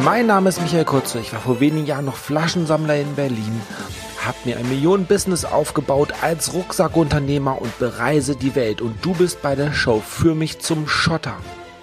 Mein Name ist Michael Kurze. Ich war vor wenigen Jahren noch Flaschensammler in Berlin, habe mir ein Millionen-Business aufgebaut als Rucksackunternehmer und bereise die Welt. Und du bist bei der Show Für mich zum Schotter.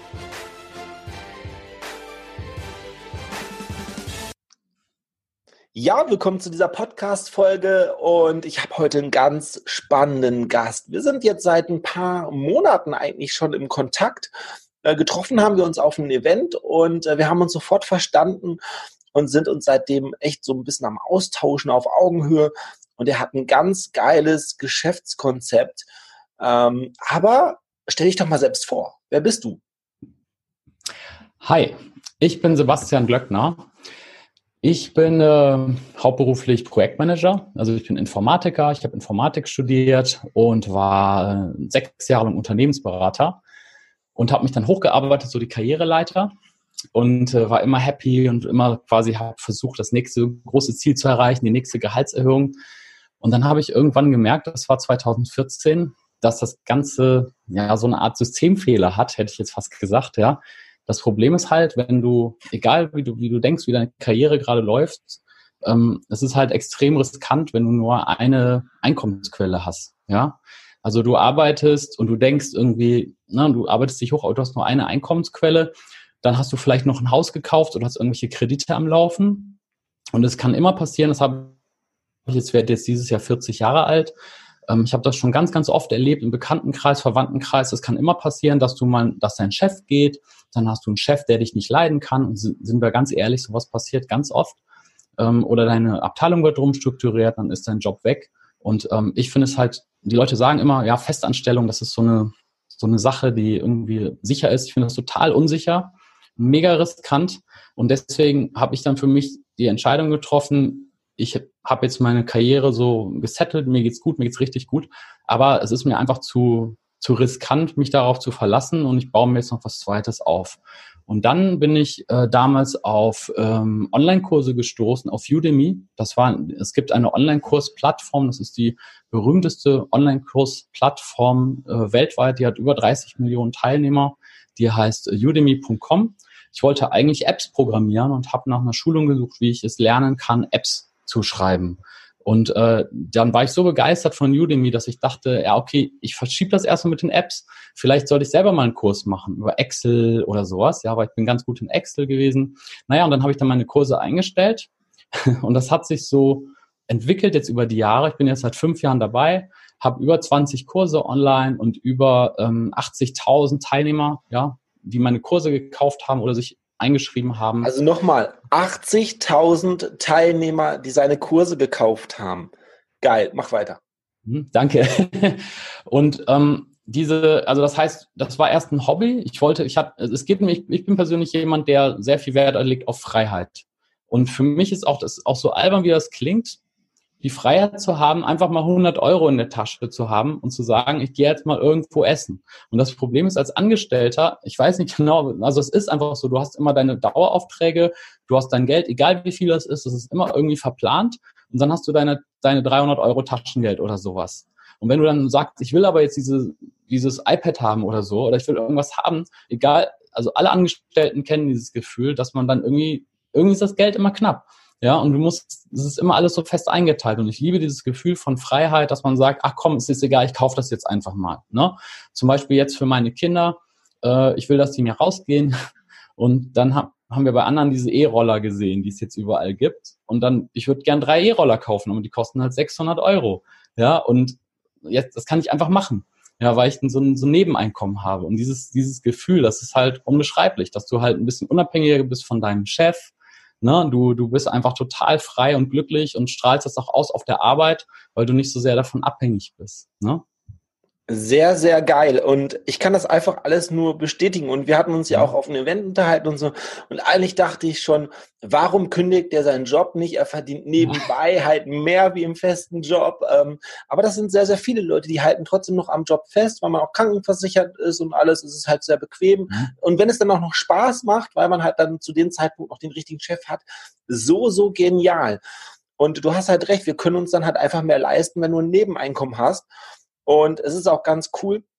Ja, willkommen zu dieser Podcast-Folge und ich habe heute einen ganz spannenden Gast. Wir sind jetzt seit ein paar Monaten eigentlich schon im Kontakt. Getroffen haben wir uns auf einem Event und wir haben uns sofort verstanden und sind uns seitdem echt so ein bisschen am Austauschen auf Augenhöhe. Und er hat ein ganz geiles Geschäftskonzept. Aber stell dich doch mal selbst vor. Wer bist du? Hi, ich bin Sebastian Glöckner. Ich bin hauptberuflich Projektmanager, also ich bin Informatiker, ich habe Informatik studiert und war 6 Jahre lang Unternehmensberater und habe mich dann hochgearbeitet, so die Karriereleiter und war immer happy und immer quasi habe versucht, das nächste große Ziel zu erreichen, die nächste Gehaltserhöhung. Und dann habe ich irgendwann gemerkt, das war 2014, dass das Ganze ja so eine Art Systemfehler hat, hätte ich jetzt fast gesagt, ja. Das Problem ist halt, wenn du, egal wie du denkst, wie deine Karriere gerade läuft, es ist halt extrem riskant, wenn du nur eine Einkommensquelle hast, ja. Also du arbeitest und du denkst irgendwie, du arbeitest dich hoch, aber du hast nur eine Einkommensquelle, dann hast du vielleicht noch ein Haus gekauft oder hast irgendwelche Kredite am Laufen und es kann immer passieren, ich werde jetzt dieses Jahr 40 Jahre alt. Ich habe das schon ganz, ganz oft erlebt im Bekanntenkreis, Verwandtenkreis. Es kann immer passieren, dass dein Chef geht, dann hast du einen Chef, der dich nicht leiden kann. Und sind wir ganz ehrlich, sowas passiert ganz oft. Oder deine Abteilung wird umstrukturiert, dann ist dein Job weg. Und ich finde es halt, die Leute sagen immer, ja, Festanstellung, das ist so eine Sache, die irgendwie sicher ist. Ich finde das total unsicher, mega riskant. Und deswegen habe ich dann für mich die Entscheidung getroffen, ich habe jetzt meine Karriere so gesettelt, mir geht's gut, mir geht's richtig gut, aber es ist mir einfach zu riskant, mich darauf zu verlassen und ich baue mir jetzt noch was Zweites auf. Und dann bin ich damals auf Online-Kurse gestoßen, auf Udemy. Es gibt eine Online-Kurs-Plattform, das ist die berühmteste Online-Kurs-Plattform weltweit, die hat über 30 Millionen Teilnehmer, die heißt udemy.com. Ich wollte eigentlich Apps programmieren und habe nach einer Schulung gesucht, wie ich es lernen kann, Apps zu schreiben. Und dann war ich so begeistert von Udemy, dass ich dachte, ja okay, ich verschiebe das erstmal mit den Apps. Vielleicht sollte ich selber mal einen Kurs machen über Excel oder sowas, ja, weil ich bin ganz gut in Excel gewesen. Naja, und dann habe ich dann meine Kurse eingestellt und das hat sich so entwickelt jetzt über die Jahre. Ich bin jetzt seit 5 Jahren dabei, habe über 20 Kurse online und über 80.000 Teilnehmer, ja, die meine Kurse gekauft haben oder sich eingeschrieben haben. Also nochmal, 80.000 Teilnehmer, die seine Kurse gekauft haben. Geil, mach weiter. Danke. Und also das heißt, das war erst ein Hobby. Ich bin persönlich jemand, der sehr viel Wert legt auf Freiheit. Und für mich ist das auch so albern, wie das klingt, die Freiheit zu haben, einfach mal 100 Euro in der Tasche zu haben und zu sagen, ich gehe jetzt mal irgendwo essen. Und das Problem ist, als Angestellter, ich weiß nicht genau, also es ist einfach so, du hast immer deine Daueraufträge, du hast dein Geld, egal wie viel das ist immer irgendwie verplant und dann hast du deine 300 Euro Taschengeld oder sowas. Und wenn du dann sagst, ich will aber jetzt dieses iPad haben oder so, oder ich will irgendwas haben, egal, also alle Angestellten kennen dieses Gefühl, dass man dann irgendwie ist das Geld immer knapp. Ja, und es ist immer alles so fest eingeteilt. Und ich liebe dieses Gefühl von Freiheit, dass man sagt, ach komm, es ist egal, ich kaufe das jetzt einfach mal. Ne? Zum Beispiel jetzt für meine Kinder, ich will, dass die mir rausgehen. Und dann haben wir bei anderen diese E-Roller gesehen, die es jetzt überall gibt. Und dann, ich würde gern 3 E-Roller kaufen, aber die kosten halt 600 Euro. Ja, und jetzt, das kann ich einfach machen. Ja, weil ich so ein Nebeneinkommen habe. Und dieses Gefühl, das ist halt unbeschreiblich, dass du halt ein bisschen unabhängiger bist von deinem Chef. Ne, du bist einfach total frei und glücklich und strahlst das auch aus auf der Arbeit, weil du nicht so sehr davon abhängig bist. Ne? Sehr, sehr geil. Und ich kann das einfach alles nur bestätigen. Und wir hatten uns ja auch auf einem Event unterhalten und so. Und eigentlich dachte ich schon, warum kündigt er seinen Job nicht? Er verdient nebenbei halt mehr wie im festen Job. Aber das sind sehr, sehr viele Leute, die halten trotzdem noch am Job fest, weil man auch krankenversichert ist und alles. Es ist halt sehr bequem. Und wenn es dann auch noch Spaß macht, weil man halt dann zu dem Zeitpunkt noch den richtigen Chef hat, so genial. Und du hast halt recht, wir können uns dann halt einfach mehr leisten, wenn du ein Nebeneinkommen hast. Und es ist auch ganz cool,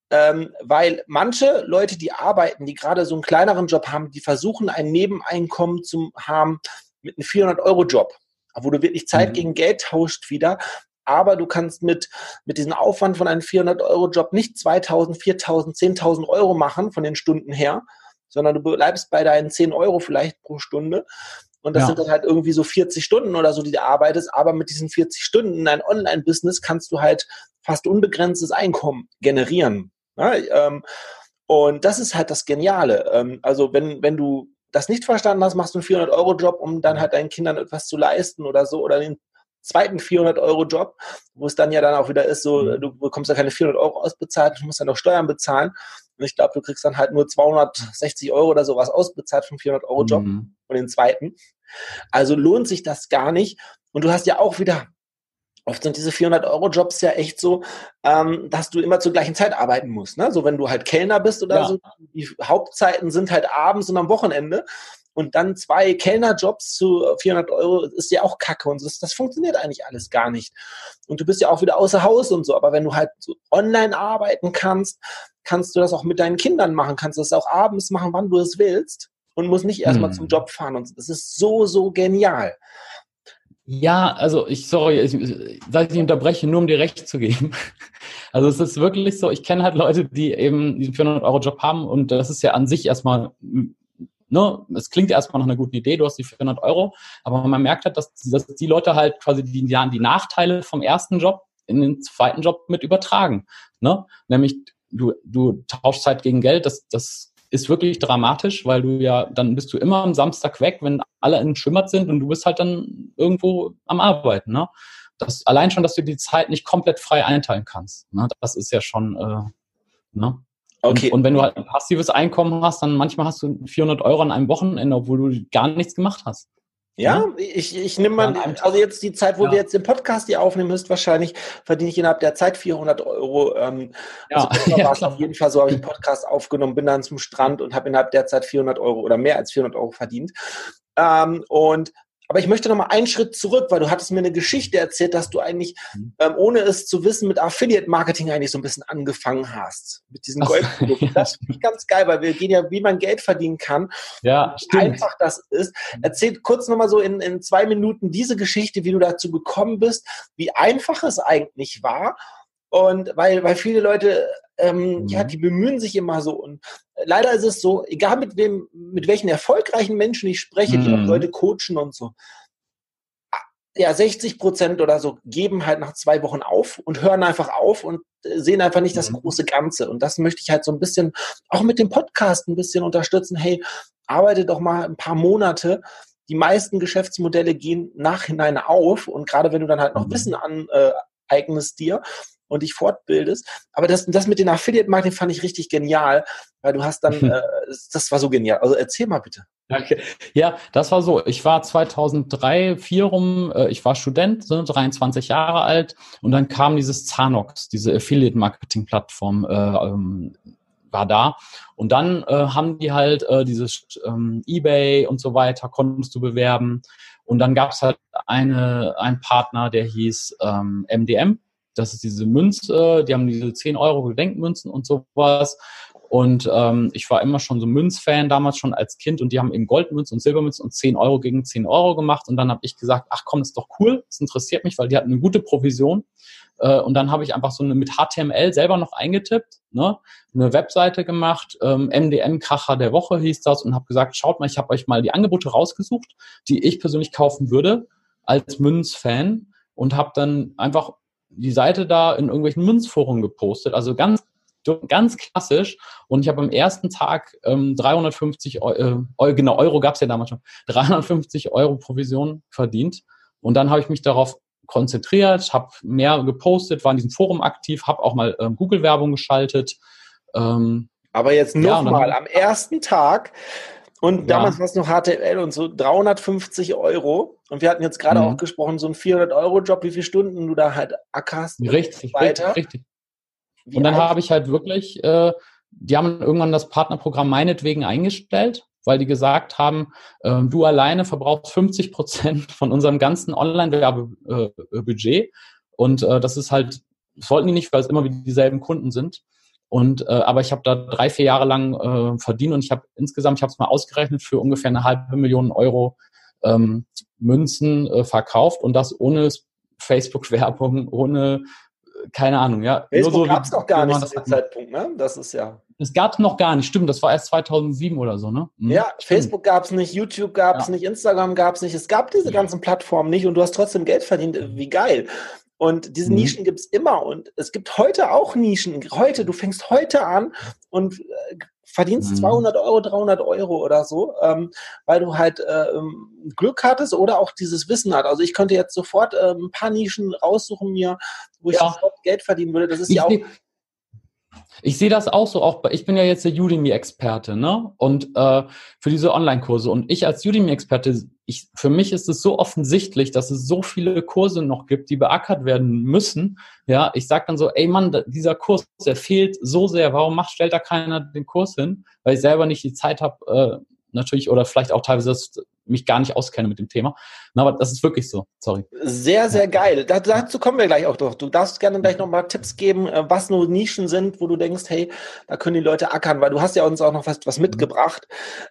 weil manche Leute, die arbeiten, die gerade so einen kleineren Job haben, die versuchen, ein Nebeneinkommen zu haben mit einem 400-Euro-Job, wo du wirklich Zeit gegen Geld tauscht wieder. Aber du kannst mit diesem Aufwand von einem 400-Euro-Job nicht 2.000, 4.000, 10.000 Euro machen von den Stunden her, sondern du bleibst bei deinen 10 Euro vielleicht pro Stunde. Und das sind dann halt irgendwie so 40 Stunden oder so, die du arbeitest. Aber mit diesen 40 Stunden in ein Online-Business kannst du halt fast unbegrenztes Einkommen generieren. Ja, und das ist halt das Geniale. Also wenn du das nicht verstanden hast, machst du einen 400-Euro-Job, um dann halt deinen Kindern etwas zu leisten oder so, oder den zweiten 400-Euro-Job, wo es dann ja dann auch wieder ist, so, du bekommst ja keine 400 Euro ausbezahlt, du musst dann noch Steuern bezahlen. Und ich glaube, du kriegst dann halt nur 260 Euro oder sowas ausbezahlt vom 400-Euro-Job von den zweiten. Also lohnt sich das gar nicht. Und du hast ja auch wieder, oft sind diese 400-Euro-Jobs ja echt so, dass du immer zur gleichen Zeit arbeiten musst. Ne? So, wenn du halt Kellner bist oder so, die Hauptzeiten sind halt abends und am Wochenende. Und dann 2 Kellnerjobs zu 400 Euro ist ja auch Kacke. Und das funktioniert eigentlich alles gar nicht. Und du bist ja auch wieder außer Haus und so. Aber wenn du halt so online arbeiten kannst, kannst du das auch mit deinen Kindern machen. Kannst du das auch abends machen, wann du es willst. Und musst nicht erstmal zum Job fahren. Und das ist so, so genial. Ja, also ich unterbreche, nur um dir recht zu geben. Also es ist wirklich so, ich kenne halt Leute, die eben diesen 400-Euro-Job haben und das ist ja an sich erstmal, ne, es klingt erstmal nach einer guten Idee, du hast die 400 Euro, aber man merkt halt, dass die Leute halt quasi die Nachteile vom ersten Job in den zweiten Job mit übertragen, ne? Nämlich du tauschst Zeit gegen Geld, das ist wirklich dramatisch, weil dann bist du immer am Samstag weg, wenn alle in Schwimmert sind und du bist halt dann irgendwo am Arbeiten, ne? Allein schon, dass du die Zeit nicht komplett frei einteilen kannst, ne? Das ist ja schon, ne? Okay. Und wenn du halt ein passives Einkommen hast, dann manchmal hast du 400 Euro an einem Wochenende, obwohl du gar nichts gemacht hast. Ja, ich nehme mal, also jetzt die Zeit, wo wir jetzt den Podcast hier aufnehmen, höchstwahrscheinlich verdiene ich innerhalb der Zeit 400 Euro. Also war es auf jeden Fall so, habe ich einen Podcast aufgenommen, bin dann zum Strand und habe innerhalb der Zeit 400 Euro oder mehr als 400 Euro verdient. Aber ich möchte noch mal einen Schritt zurück, weil du hattest mir eine Geschichte erzählt, dass du eigentlich, ohne es zu wissen, mit Affiliate-Marketing eigentlich so ein bisschen angefangen hast. Mit diesen Goldprodukten. Das finde ich ganz geil, weil wir gehen ja, wie man Geld verdienen kann. Ja, wie einfach das ist. Erzähl kurz noch mal so in 2 Minuten diese Geschichte, wie du dazu gekommen bist, wie einfach es eigentlich war. Und weil viele Leute, die bemühen sich immer so. Und leider ist es so, egal mit welchen erfolgreichen Menschen ich spreche, die auch Leute coachen und so, ja, 60% oder so geben halt nach 2 Wochen auf und hören einfach auf und sehen einfach nicht das große Ganze. Und das möchte ich halt so ein bisschen, auch mit dem Podcast ein bisschen unterstützen. Hey, arbeite doch mal ein paar Monate. Die meisten Geschäftsmodelle gehen nachhinein auf. Und gerade wenn du dann halt noch Wissen aneignest dir und dich fortbildest. Aber das mit den Affiliate-Marketing fand ich richtig genial, weil du hast dann, das war so genial. Also erzähl mal bitte. Danke. Ja, das war so. Ich war 2003, 2004 rum, ich war Student, 23 Jahre alt und dann kam dieses Zanox, diese Affiliate-Marketing-Plattform war da. Und dann haben die halt dieses eBay und so weiter, konntest du bewerben. Und dann gab es halt einen Partner, der hieß MDM. Das ist diese Münze, die haben diese 10 Euro Gedenkmünzen und sowas. Und ich war immer schon so Münzfan, damals schon als Kind. Und die haben eben Goldmünzen und Silbermünzen und 10 Euro gegen 10 Euro gemacht. Und dann habe ich gesagt, ach komm, das ist doch cool, das interessiert mich, weil die hatten eine gute Provision. Und dann habe ich einfach so mit HTML selber noch eingetippt, ne, eine Webseite gemacht, MDM-Kracher der Woche hieß das und habe gesagt, schaut mal, ich habe euch mal die Angebote rausgesucht, die ich persönlich kaufen würde als Münzfan und habe dann einfach die Seite da in irgendwelchen Münzforen gepostet, also ganz klassisch. Und ich habe am ersten Tag 350 Euro gab es ja damals schon, 350 Euro Provision verdient. Und dann habe ich mich darauf konzentriert, habe mehr gepostet, war in diesem Forum aktiv, habe auch mal Google-Werbung geschaltet. Aber jetzt nochmal, am ersten Tag, und damals war es noch HTML und so, 350 Euro. Und wir hatten jetzt gerade auch gesprochen, so ein 400-Euro-Job, wie viele Stunden du da halt ackerst. Richtig. Und dann habe ich halt wirklich, die haben irgendwann das Partnerprogramm meinetwegen eingestellt, weil die gesagt haben, du alleine verbrauchst 50% von unserem ganzen Online-Werbebudget. Und das ist halt, das wollten die nicht, weil es immer wieder dieselben Kunden sind. Und aber ich habe da 3-4 Jahre lang verdient und ich habe es mal ausgerechnet, für ungefähr 500.000 Euro Münzen verkauft und das ohne Facebook-Werbung, ohne keine Ahnung, ja. Facebook gab es noch gar nicht zu dem Zeitpunkt, ne? Das ist ja. Es gab es noch gar nicht, stimmt, das war erst 2007 oder so, ne? Ja, stimmt. Facebook gab es nicht, YouTube gab es nicht, Instagram gab es nicht, es gab diese ganzen Plattformen nicht und du hast trotzdem Geld verdient, wie geil. Und diese Nischen gibt es immer und es gibt heute auch Nischen. Du fängst heute an und verdienst 200 Euro, 300 Euro oder so, weil du halt Glück hattest oder auch dieses Wissen hat. Also ich könnte jetzt sofort ein paar Nischen raussuchen mir, wo ich sofort Geld verdienen würde. Das ist ja auch... Ich sehe das auch so, ich bin ja jetzt der Udemy-Experte, ne? Und für diese Online-Kurse. Und ich als Udemy-Experte, für mich ist es so offensichtlich, dass es so viele Kurse noch gibt, die beackert werden müssen. Ja, ich sage dann so, ey Mann, dieser Kurs, der fehlt so sehr. Warum stellt da keiner den Kurs hin? Weil ich selber nicht die Zeit habe, natürlich, oder vielleicht auch teilweise mich gar nicht auskenne mit dem Thema. Na, aber das ist wirklich so. Sorry. Sehr, sehr geil. Dazu kommen wir gleich auch noch. Du darfst gerne gleich noch mal Tipps geben, was nur Nischen sind, wo du denkst, hey, da können die Leute ackern, weil du hast ja uns auch noch was mitgebracht.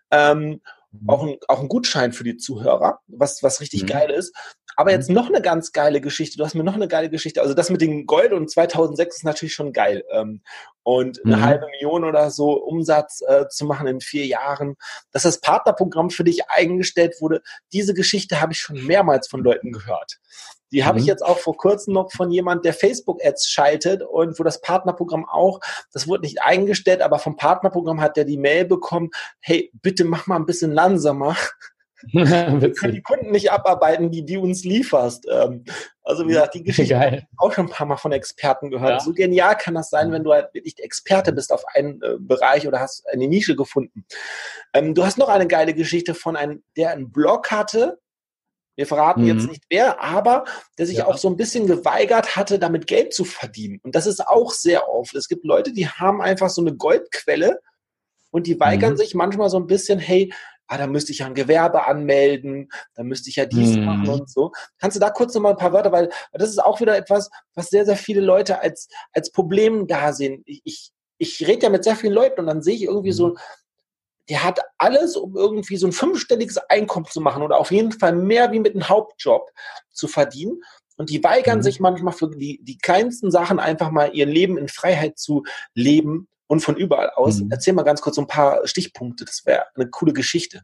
Auch ein Gutschein für die Zuhörer, was richtig geil ist. Aber jetzt noch eine ganz geile Geschichte. Du hast mir noch eine geile Geschichte. Also das mit dem Gold und 2006 ist natürlich schon geil. Und eine 500.000 oder so Umsatz zu machen in 4 Jahren, dass das Partnerprogramm für dich eingestellt wurde. Diese Geschichte habe ich schon mehrmals von Leuten gehört. Die habe ich jetzt auch vor kurzem noch von jemand, der Facebook-Ads schaltet und wo das Partnerprogramm auch, das wurde nicht eingestellt, aber vom Partnerprogramm hat der die Mail bekommen, hey, bitte mach mal ein bisschen langsamer. Wir können die Kunden nicht abarbeiten, die du uns lieferst. Also wie gesagt, die Geschichte habe ich auch schon ein paar Mal von Experten gehört. Ja. So genial kann das sein, wenn du halt wirklich Experte bist auf einen Bereich oder hast eine Nische gefunden. Du hast noch eine geile Geschichte von einem, der einen Blog hatte. Wir verraten jetzt nicht wer, aber der sich auch so ein bisschen geweigert hatte, damit Geld zu verdienen. Und das ist auch sehr oft. Es gibt Leute, die haben einfach so eine Goldquelle und die weigern sich manchmal so ein bisschen, hey, da müsste ich ja ein Gewerbe anmelden, da müsste ich ja dies machen und so. Kannst du da kurz noch mal ein paar Wörter, weil das ist auch wieder etwas, was sehr, sehr viele Leute als Problem da sehen. Ich rede ja mit sehr vielen Leuten und dann sehe ich irgendwie so, der hat alles, um irgendwie so ein 5-stelliges Einkommen zu machen oder auf jeden Fall mehr wie mit einem Hauptjob zu verdienen. Und die weigern sich manchmal für die kleinsten Sachen einfach mal ihr Leben in Freiheit zu leben und von überall aus. Erzähl mal ganz kurz so ein paar Stichpunkte. Das wäre eine coole Geschichte.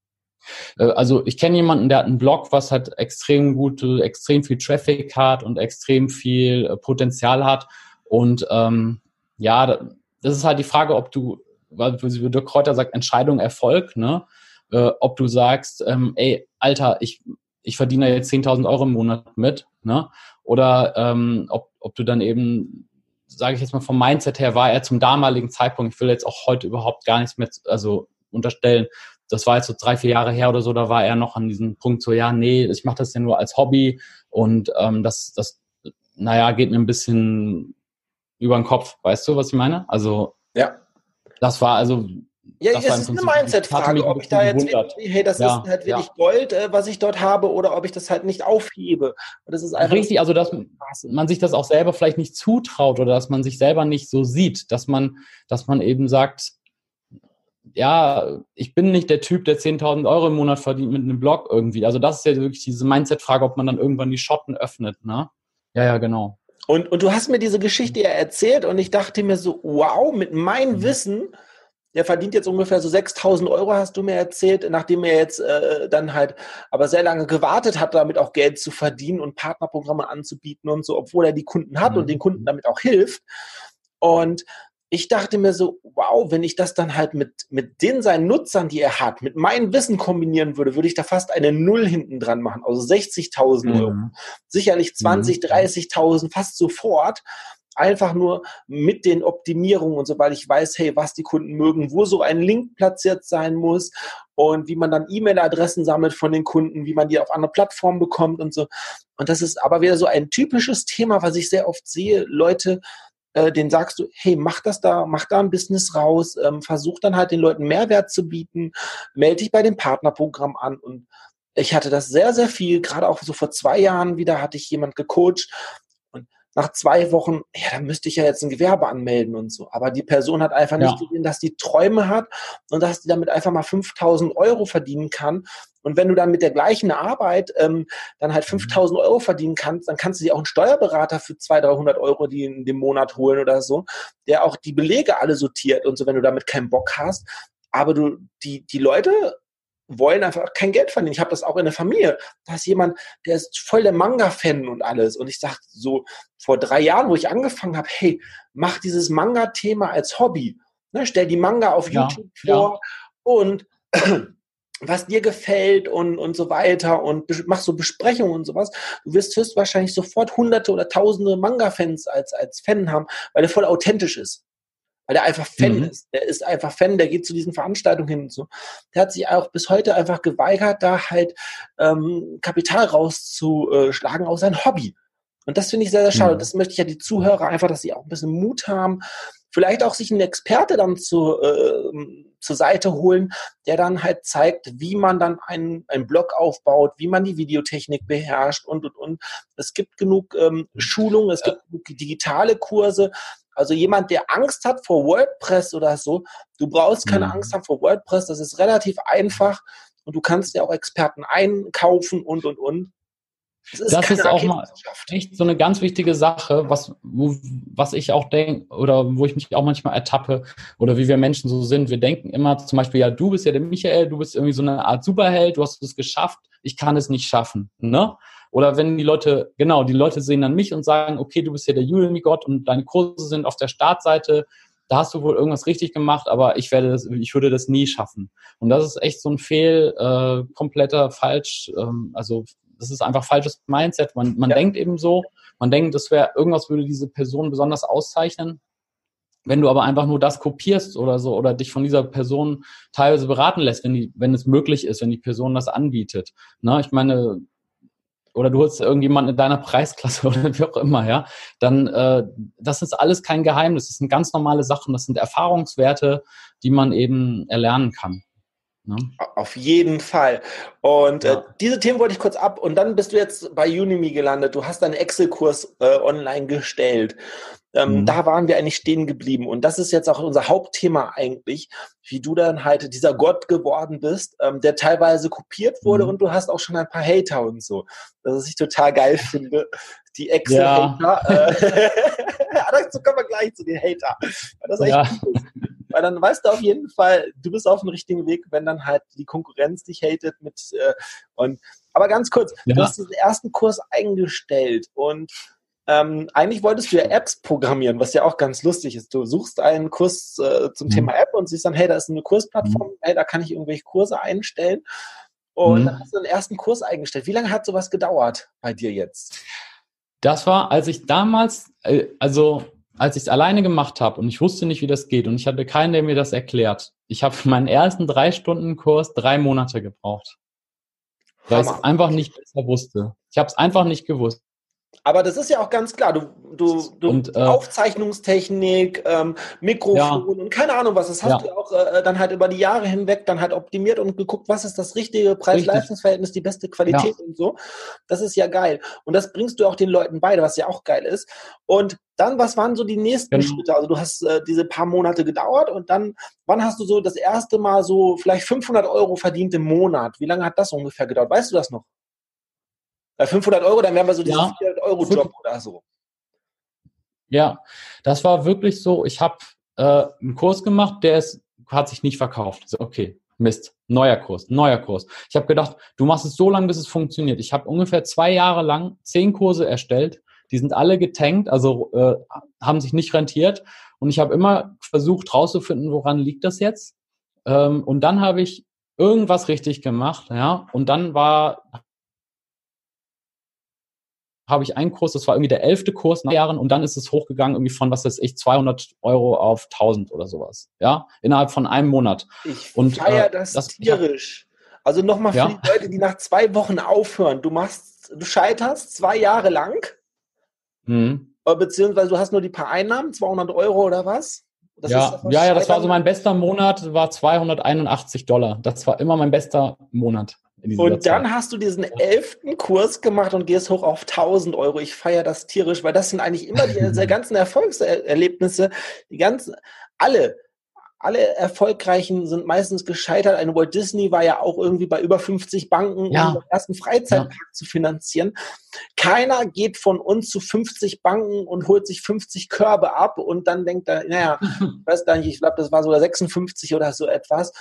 Also ich kenne jemanden, der hat einen Blog, was halt extrem viel Traffic hat und extrem viel Potenzial hat. Und das ist halt die Frage, ob du, weil Dirk Kräuter sagt, Entscheidung, Erfolg, ne? Ob du sagst, ey, Alter, ich verdiene jetzt 10.000 Euro im Monat mit, ne? Oder ob du dann eben, sage ich jetzt mal vom Mindset her, war er zum damaligen Zeitpunkt, ich will jetzt auch heute überhaupt gar nichts mehr unterstellen, das war jetzt so 3-4 Jahre her oder so, da war er noch an diesem Punkt so, ja, nee, ich mache das ja nur als Hobby und das geht mir ein bisschen über den Kopf, weißt du, was ich meine? Also, das war also... Ja, es ist eine Mindset-Frage, ob ich da jetzt wirklich, hey, das ist halt wirklich Gold, was ich dort habe, oder ob ich das halt nicht aufhebe. Und das ist einfach richtig, also dass man sich das auch selber vielleicht nicht zutraut oder dass man sich selber nicht so sieht, dass man eben sagt, ja, ich bin nicht der Typ, der 10.000 Euro im Monat verdient mit einem Blog irgendwie. Also das ist ja wirklich diese Mindset-Frage, ob man dann irgendwann die Schotten öffnet, ne? Ja, genau. Und du hast mir diese Geschichte ja erzählt und ich dachte mir so, wow, mit meinem Wissen... Der verdient jetzt ungefähr so 6.000 Euro, hast du mir erzählt, nachdem er jetzt dann halt aber sehr lange gewartet hat, damit auch Geld zu verdienen und Partnerprogramme anzubieten und so, obwohl er die Kunden hat und den Kunden damit auch hilft. Und ich dachte mir so, wow, wenn ich das dann halt mit den seinen Nutzern, die er hat, mit meinem Wissen kombinieren würde, würde ich da fast eine Null hinten dran machen, also 60.000 Euro. Sicherlich 20.000, 30.000, fast sofort. Einfach nur mit den Optimierungen und so, weil ich weiß, hey, was die Kunden mögen, wo so ein Link platziert sein muss und wie man dann E-Mail-Adressen sammelt von den Kunden, wie man die auf andere Plattformen bekommt und so. Und das ist aber wieder so ein typisches Thema, was ich sehr oft sehe. Leute, denen sagst du, hey, mach da ein Business raus, versuch dann halt den Leuten Mehrwert zu bieten, melde dich bei dem Partnerprogramm an. Und ich hatte das sehr, sehr viel, gerade auch so vor 2 Jahren wieder hatte ich jemand gecoacht. Und nach 2 Wochen, ja, da müsste ich ja jetzt ein Gewerbe anmelden und so. Aber die Person hat einfach nicht gesehen, dass die Träume hat und dass die damit einfach mal 5.000 Euro verdienen kann. Und wenn du dann mit der gleichen Arbeit dann halt 5.000 Euro verdienen kannst, dann kannst du dir auch einen Steuerberater für 200, 300 Euro die in dem Monat holen oder so, der auch die Belege alle sortiert und so, wenn du damit keinen Bock hast. Aber die Leute wollen einfach kein Geld verdienen. Ich habe das auch in der Familie. Da ist jemand, der ist voll der Manga-Fan und alles. Und ich sagte so vor 3 Jahren, wo ich angefangen habe, hey, mach dieses Manga-Thema als Hobby. Ne, stell die Manga auf YouTube vor und was dir gefällt und so weiter und mach so Besprechungen und sowas. Du wirst höchstwahrscheinlich sofort Hunderte oder Tausende Manga-Fans als Fan haben, weil der voll authentisch ist. Weil der einfach Fan ist. Der ist einfach Fan, der geht zu diesen Veranstaltungen hin und so. Der hat sich auch bis heute einfach geweigert, da halt Kapital rauszuschlagen aus seinem Hobby. Und das finde ich sehr, sehr schade. Das möchte ich ja die Zuhörer einfach, dass sie auch ein bisschen Mut haben, vielleicht auch sich einen Experte dann zur Seite holen, der dann halt zeigt, wie man dann einen Blog aufbaut, wie man die Videotechnik beherrscht und. Es gibt genug Schulungen, es gibt genug digitale Kurse. Also jemand, der Angst hat vor WordPress oder so, du brauchst keine Angst haben vor WordPress, das ist relativ einfach und du kannst ja auch Experten einkaufen und. Das ist auch mal echt so eine ganz wichtige Sache, was ich auch denke oder wo ich mich auch manchmal ertappe oder wie wir Menschen so sind. Wir denken immer zum Beispiel, ja, du bist ja der Michael, du bist irgendwie so eine Art Superheld, du hast es geschafft, ich kann es nicht schaffen, ne? Oder wenn die Leute sehen dann mich und sagen, okay, du bist ja der Udemy-Gott und deine Kurse sind auf der Startseite, da hast du wohl irgendwas richtig gemacht, aber ich würde das nie schaffen. Und das ist echt so ein kompletter falsch, also das ist einfach falsches Mindset. Man denkt eben so, man denkt, irgendwas würde diese Person besonders auszeichnen. Wenn du aber einfach nur das kopierst oder so oder dich von dieser Person teilweise beraten lässt, wenn es möglich ist, wenn die Person das anbietet. Ne? Ich meine, oder du holst irgendjemanden in deiner Preisklasse oder wie auch immer, ja, dann das ist alles kein Geheimnis. Das sind ganz normale Sachen, das sind Erfahrungswerte, die man eben erlernen kann. Ne? Auf jeden Fall. Und diese Themen wollte ich kurz ab und dann bist du jetzt bei Udemy gelandet. Du hast deinen Excel-Kurs online gestellt. Da waren wir eigentlich stehen geblieben. Und das ist jetzt auch unser Hauptthema eigentlich, wie du dann halt dieser Gott geworden bist, der teilweise kopiert wurde und du hast auch schon ein paar Hater und so. Das ich total geil finde. Die Excel-Hater. Dazu kommen wir gleich zu den Hater. Das ist echt cool. Weil dann weißt du auf jeden Fall, du bist auf dem richtigen Weg, wenn dann halt die Konkurrenz dich hatet aber ganz kurz, du hast diesen ersten Kurs eingestellt und eigentlich wolltest du ja Apps programmieren, was ja auch ganz lustig ist. Du suchst einen Kurs zum Thema App und siehst dann, hey, da ist eine Kursplattform, hey, da kann ich irgendwelche Kurse einstellen und dann hast du den ersten Kurs eingestellt. Wie lange hat sowas gedauert bei dir jetzt? Das war, als ich damals, als ich es alleine gemacht habe und ich wusste nicht, wie das geht und ich hatte keinen, der mir das erklärt. Ich habe für meinen ersten 3-Stunden-Kurs 3 Monate gebraucht. Weil ich es einfach nicht besser wusste. Ich habe es einfach nicht gewusst. Aber das ist ja auch ganz klar, du Aufzeichnungstechnik, Mikrofon und keine Ahnung was, das hast du auch dann halt über die Jahre hinweg dann halt optimiert und geguckt, was ist das richtige Preis-Leistungs-Verhältnis, die beste Qualität und so. Das ist ja geil. Und das bringst du auch den Leuten bei, was ja auch geil ist. Und dann, was waren so die nächsten Schritte? Also du hast diese paar Monate gedauert und dann, wann hast du so das erste Mal so vielleicht 500 Euro verdient im Monat? Wie lange hat das ungefähr gedauert? Weißt du das noch? Bei 500 Euro, dann wären wir so diesen 400-Euro-Job oder so. Ja, das war wirklich so. Ich habe einen Kurs gemacht, hat sich nicht verkauft. So, okay, Mist, neuer Kurs. Ich habe gedacht, du machst es so lange, bis es funktioniert. Ich habe ungefähr 2 Jahre lang 10 Kurse erstellt. Die sind alle getankt, also haben sich nicht rentiert. Und ich habe immer versucht rauszufinden, woran liegt das jetzt. Und dann habe ich irgendwas richtig gemacht. Ja, und dann habe ich einen Kurs, das war irgendwie der 11. Kurs nach Jahren und dann ist es hochgegangen irgendwie von, 200 Euro auf 1000 oder sowas, ja, innerhalb von einem Monat. Ich feiere das tierisch. Also nochmal für die Leute, die nach 2 Wochen aufhören, du scheiterst 2 Jahre lang, beziehungsweise du hast nur die paar Einnahmen, 200 Euro oder was? Das war so mein bester Monat, war $281. Das war immer mein bester Monat. in dieser Und dann Zeit. hast du diesen 11. Kurs gemacht und gehst hoch auf 1.000 Euro. Ich feiere das tierisch, weil das sind eigentlich immer diese ganzen Erfolgserlebnisse, die ganzen, alle, alle Erfolgreichen sind meistens gescheitert. Ein Walt Disney war ja auch irgendwie bei über 50 Banken, um den ersten Freizeitpark zu finanzieren. Keiner geht von uns zu 50 Banken und holt sich 50 Körbe ab und dann denkt er, naja, ich weiß gar nicht, ich glaube, das war sogar 56 oder so etwas.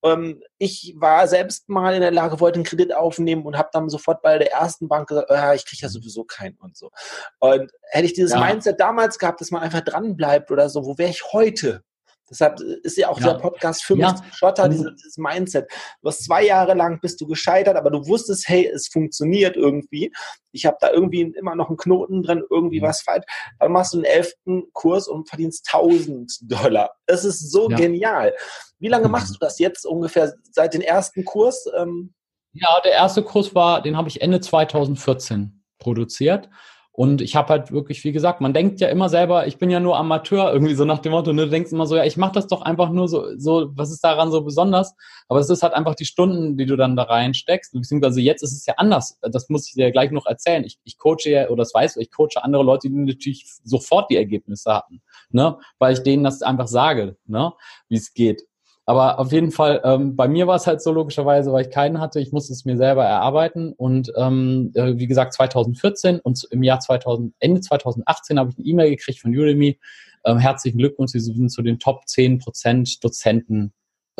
Ich war selbst mal in der Lage, wollte einen Kredit aufnehmen und habe dann sofort bei der ersten Bank gesagt, ich kriege ja sowieso keinen und so. Und hätte ich dieses Mindset damals gehabt, dass man einfach dran bleibt oder so, wo wäre ich heute? Deshalb ist ja auch dieser Podcast für mich zum Schotter, dieses Mindset. Du hast 2 Jahre lang bist du gescheitert, aber du wusstest, hey, es funktioniert irgendwie. Ich habe da irgendwie immer noch einen Knoten drin, irgendwie was falsch. Dann machst du den 11. Kurs und verdienst $1.000. Es ist so genial. Wie lange machst du das jetzt ungefähr seit dem ersten Kurs? Ja, der erste Kurs den habe ich Ende 2014 produziert. Und ich habe halt wirklich, wie gesagt, man denkt ja immer selber, ich bin ja nur Amateur, irgendwie so nach dem Motto, ne? Du denkst immer so, ja, ich mache das doch einfach nur so, was ist daran so besonders? Aber es ist halt einfach die Stunden, die du dann da reinsteckst. Beziehungsweise jetzt ist es ja anders. Das muss ich dir gleich noch erzählen. Ich coache ja, oder das weißt du, ich coache andere Leute, die natürlich sofort die Ergebnisse hatten, ne? Weil ich denen das einfach sage, ne? Wie es geht. Aber auf jeden Fall, bei mir war es halt so logischerweise, weil ich keinen hatte, ich musste es mir selber erarbeiten und wie gesagt 2014 und Ende 2018 habe ich eine E-Mail gekriegt von Udemy. Herzlichen Glückwunsch, Sie sind zu den Top 10% Dozenten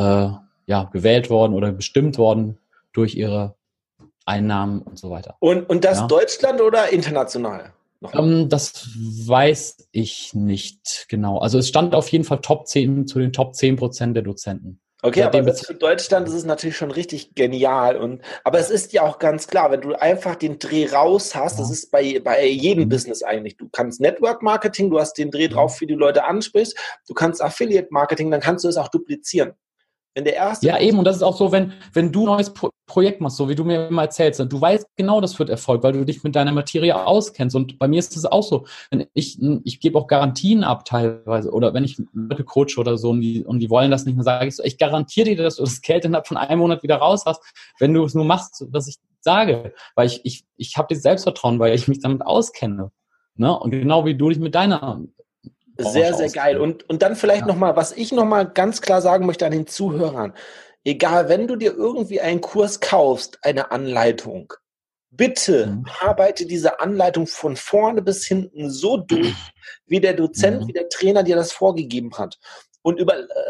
gewählt worden oder bestimmt worden durch Ihre Einnahmen und so weiter. Und das Deutschland oder international? Das weiß ich nicht genau. Also es stand auf jeden Fall Top 10 zu den Top 10% der Dozenten. Okay, aber das für Deutschland ist es natürlich schon richtig genial. Aber es ist ja auch ganz klar, wenn du einfach den Dreh raus hast, das ist bei jedem Business eigentlich. Du kannst Network Marketing, du hast den Dreh drauf, wie du Leute ansprichst. Du kannst Affiliate Marketing, dann kannst du es auch duplizieren. Wenn der erste eben, und das ist auch so, wenn du ein neues Projekt machst, so wie du mir immer erzählst, du weißt genau, das wird Erfolg, weil du dich mit deiner Materie auskennst. Und bei mir ist es auch so, wenn ich gebe auch Garantien ab teilweise, oder wenn ich Leute coache oder so und die wollen das nicht mehr, sage ich so, ich garantiere dir, dass du das Geld innerhalb von einem Monat wieder raus hast, wenn du es nur machst, was ich sage. Weil ich habe dieses Selbstvertrauen, weil ich mich damit auskenne. Ne? Und genau wie du dich mit deiner sehr, sehr geil. Und dann vielleicht nochmal, was ich nochmal ganz klar sagen möchte an den Zuhörern. Egal, wenn du dir irgendwie einen Kurs kaufst, eine Anleitung, bitte arbeite diese Anleitung von vorne bis hinten so durch, wie der Dozent, wie der Trainer dir das vorgegeben hat. Und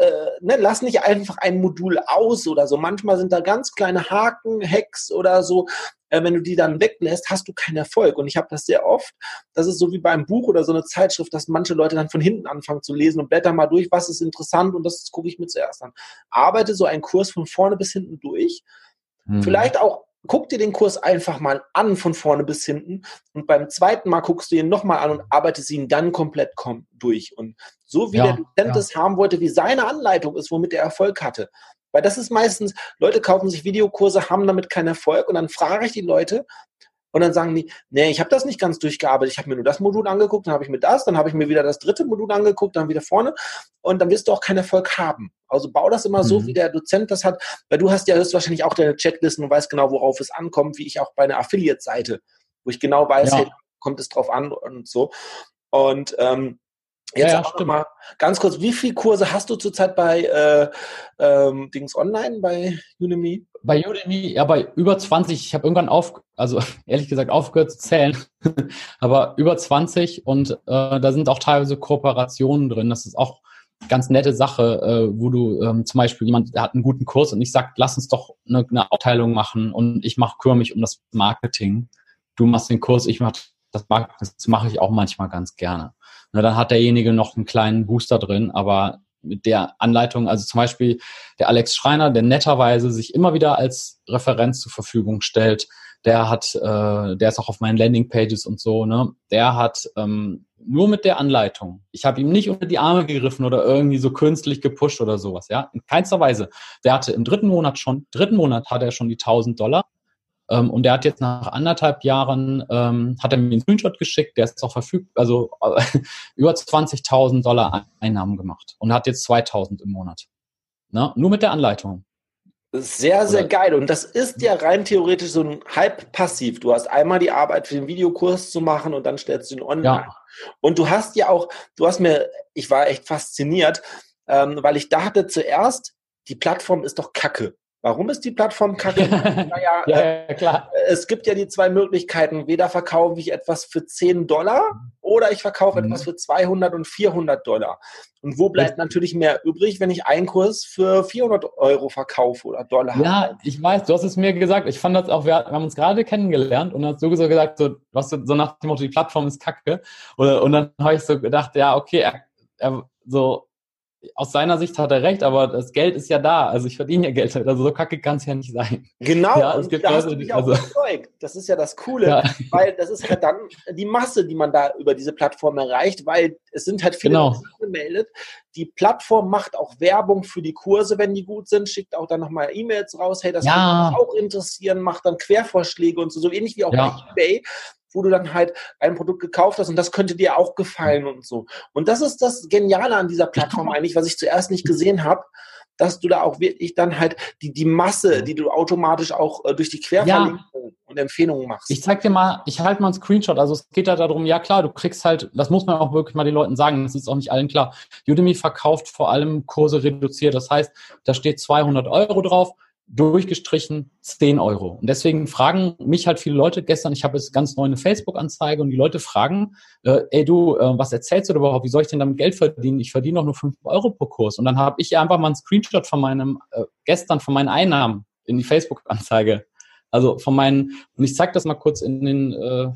lass nicht einfach ein Modul aus oder so. Manchmal sind da ganz kleine Haken, Hacks oder so. Wenn du die dann weglässt, hast du keinen Erfolg. Und ich habe das sehr oft, das ist so wie beim Buch oder so eine Zeitschrift, dass manche Leute dann von hinten anfangen zu lesen und blättern mal durch, was ist interessant und das gucke ich mir zuerst an. Arbeite so einen Kurs von vorne bis hinten durch. Vielleicht auch, guck dir den Kurs einfach mal an von vorne bis hinten und beim zweiten Mal guckst du ihn nochmal an und arbeitest ihn dann komplett durch. Und so wie der Dozent es haben wollte, wie seine Anleitung ist, womit er Erfolg hatte. Weil das ist meistens, Leute kaufen sich Videokurse, haben damit keinen Erfolg und dann frage ich die Leute und dann sagen die, nee, ich habe das nicht ganz durchgearbeitet, ich habe mir nur das Modul angeguckt, dann habe ich mir das, dann habe ich mir wieder das 3. Modul angeguckt, dann wieder vorne und dann wirst du auch keinen Erfolg haben. Also bau das immer so, wie der Dozent das hat, weil du hast ja höchstwahrscheinlich auch deine Checklisten und weißt genau, worauf es ankommt, wie ich auch bei einer Affiliate-Seite, wo ich genau weiß, hey, kommt es drauf an und so. Und jetzt auch noch mal ganz kurz, wie viele Kurse hast du zurzeit bei Dings Online, bei Udemy? Bei Udemy, bei über 20. Ich habe irgendwann ehrlich gesagt aufgehört zu zählen, aber über 20 und da sind auch teilweise Kooperationen drin. Das ist auch ganz nette Sache, wo du zum Beispiel jemand, der hat einen guten Kurs und ich sage, lass uns doch eine Aufteilung machen und ich kümmere mich um das Marketing. Du machst den Kurs, ich mache das Marketing, das mache ich auch manchmal ganz gerne. Na, dann hat derjenige noch einen kleinen Booster drin, aber mit der Anleitung, also zum Beispiel der Alex Schreiner, der netterweise sich immer wieder als Referenz zur Verfügung stellt, der ist auch auf meinen Landingpages und so, ne? Der hat nur mit der Anleitung, ich habe ihm nicht unter die Arme gegriffen oder irgendwie so künstlich gepusht oder sowas, ja, in keinster Weise. Der hatte im dritten Monat hat er schon die $1.000. Und der hat jetzt nach 1,5 Jahren, hat er mir einen Screenshot geschickt, der ist auch verfügbar, also über $20.000 Einnahmen gemacht und hat jetzt 2.000 im Monat. Ne? Nur mit der Anleitung. Sehr, sehr geil. Und das ist ja rein theoretisch so ein halb passiv. Du hast einmal die Arbeit für den Videokurs zu machen und dann stellst du ihn online. Ja. Und du hast ja auch, ich war echt fasziniert, weil ich dachte zuerst, die Plattform ist doch Kacke. Warum ist die Plattform kacke? Naja, Ja, klar. Es gibt ja die zwei Möglichkeiten. Weder verkaufe ich etwas für $10 oder ich verkaufe etwas für 200 und $400. Und wo bleibt natürlich mehr übrig, wenn ich einen Kurs für 400 € verkaufe oder Dollar? Ja, ich weiß, du hast es mir gesagt. Ich fand das auch, wir haben uns gerade kennengelernt und hast du so gesagt, so, was so nach dem Motto, die Plattform ist kacke. Und dann habe ich so gedacht, ja, okay, so aus seiner Sicht hat er recht, aber das Geld ist ja da. Also ich verdiene ja Geld. Also so kacke kann es ja nicht sein. Genau, ja, und da hast du mich auch überzeugt. Das ist ja das Coole, weil das ist halt dann die Masse, die man da über diese Plattform erreicht, weil es sind halt viele gemeldet. Die Plattform macht auch Werbung für die Kurse, wenn die gut sind, schickt auch dann nochmal E-Mails raus, hey, das würde mich auch interessieren, macht dann Quervorschläge und so ähnlich wie auch bei eBay, wo du dann halt ein Produkt gekauft hast und das könnte dir auch gefallen und so. Und das ist das Geniale an dieser Plattform eigentlich, was ich zuerst nicht gesehen habe, dass du da auch wirklich dann halt die Masse, die du automatisch auch durch die Querverlinkung und Empfehlungen machst. Ich zeig dir mal, ich halte mal einen Screenshot. Also es geht da darum, ja klar, du kriegst halt, das muss man auch wirklich mal den Leuten sagen, das ist auch nicht allen klar. Udemy verkauft vor allem Kurse reduziert. Das heißt, da steht 200 € drauf, durchgestrichen 10 €. Und deswegen fragen mich halt viele Leute gestern, ich habe jetzt ganz neu eine Facebook-Anzeige und die Leute fragen, ey du, was erzählst du überhaupt? Wie soll ich denn damit Geld verdienen? Ich verdiene doch nur 5 € pro Kurs. Und dann habe ich einfach mal einen Screenshot von meinen Einnahmen in die Facebook-Anzeige. Also und ich zeige das mal kurz in den,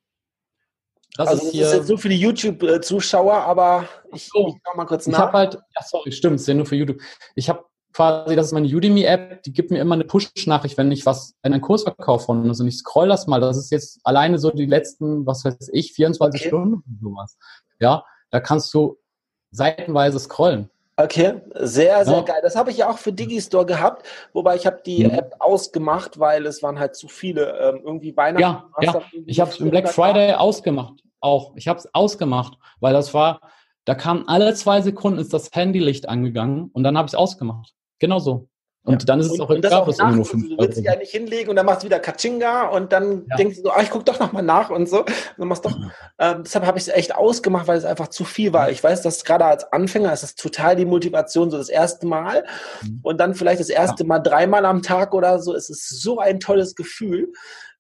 das ist jetzt nur für die YouTube-Zuschauer, aber ich schau mal kurz nach. Ich habe halt, stimmt, es ist ja nur für YouTube. Ich habe quasi, das ist meine Udemy-App, die gibt mir immer eine Push-Nachricht, wenn ich einen Kurs verkaufe von uns und ich scroll das mal, das ist jetzt alleine so die letzten, 24 Stunden und sowas. Ja, da kannst du seitenweise scrollen. Okay, sehr, sehr geil. Das habe ich ja auch für Digistore gehabt, wobei ich habe die App ausgemacht, weil es waren halt zu viele. Irgendwie Weihnachten. Ja. Ich habe es im Black Friday ausgemacht. Auch. Ich habe es ausgemacht, weil da kam alle 2 Sekunden ist das Handylicht angegangen und dann habe ich es ausgemacht. Genau so. Und dann ist es auch egal, was immer nur 5 €. Du willst dich ja nicht hinlegen und dann machst du wieder Katschinga und dann denkst du so, ich guck doch nochmal nach und so. Dann machst doch. Deshalb habe ich es echt ausgemacht, weil es einfach zu viel war. Ich weiß, dass gerade als Anfänger ist das total die Motivation, so das erste Mal und dann vielleicht das erste Mal 3-mal am Tag oder so. Es ist so ein tolles Gefühl.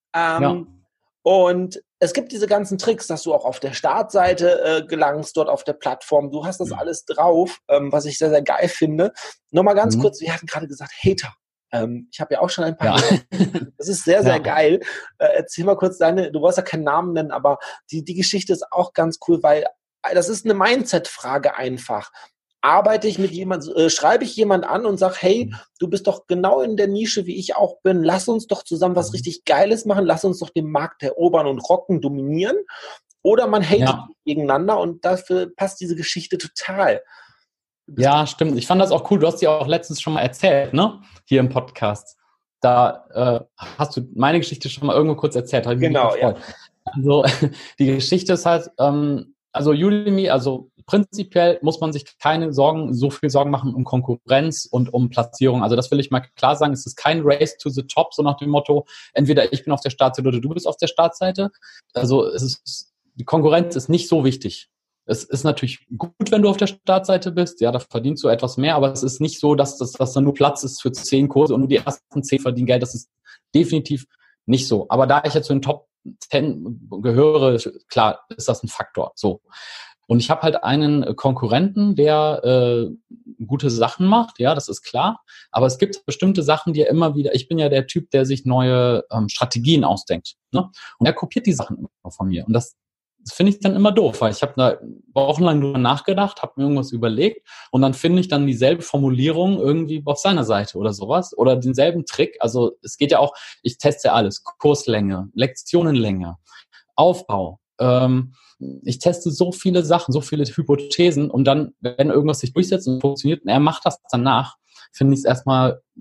Und es gibt diese ganzen Tricks, dass du auch auf der Startseite gelangst, dort auf der Plattform. Du hast das alles drauf, was ich sehr, sehr geil finde. Nochmal ganz kurz, wir hatten gerade gesagt, Hater. Ich habe ja auch schon ein paar. Das ist sehr, sehr geil. Erzähl mal kurz du brauchst ja keinen Namen nennen, aber die Geschichte ist auch ganz cool, weil das ist eine Mindset-Frage einfach. Schreibe ich jemand an und sage, hey, du bist doch genau in der Nische, wie ich auch bin, lass uns doch zusammen was richtig Geiles machen, lass uns doch den Markt erobern und rocken, dominieren. Oder man hatet gegeneinander und dafür passt diese Geschichte total. Ja, stimmt. Ich fand das auch cool. Du hast die auch letztens schon mal erzählt, ne? Hier im Podcast. Da hast du meine Geschichte schon mal irgendwo kurz erzählt. Genau, ja. Also die Geschichte ist halt, also Udemy, also prinzipiell muss man sich so viel Sorgen machen um Konkurrenz und um Platzierung. Also das will ich mal klar sagen. Es ist kein Race to the Top, so nach dem Motto, entweder ich bin auf der Startseite oder du bist auf der Startseite. Also die Konkurrenz ist nicht so wichtig. Es ist natürlich gut, wenn du auf der Startseite bist. Ja, da verdienst du etwas mehr, aber es ist nicht so, dass dann nur Platz ist für 10 Kurse und nur die ersten 10 verdienen Geld. Das ist definitiv nicht so. Aber da ich jetzt zu den Top 10 gehöre, klar, ist das ein Faktor. So. Und ich habe halt einen Konkurrenten, der gute Sachen macht, ja, das ist klar. Aber es gibt bestimmte Sachen, die er immer wieder, ich bin ja der Typ, der sich neue Strategien ausdenkt. Ne? Und er kopiert die Sachen immer von mir. Und das finde ich dann immer doof, weil ich habe da wochenlang drüber nachgedacht, habe mir irgendwas überlegt und dann finde ich dann dieselbe Formulierung irgendwie auf seiner Seite oder sowas oder denselben Trick. Also es geht ja auch, ich teste ja alles, Kurslänge, Lektionenlänge, Aufbau. Ich teste so viele Sachen, so viele Hypothesen und dann, wenn irgendwas sich durchsetzt und funktioniert und er macht das danach, finde ich es erstmal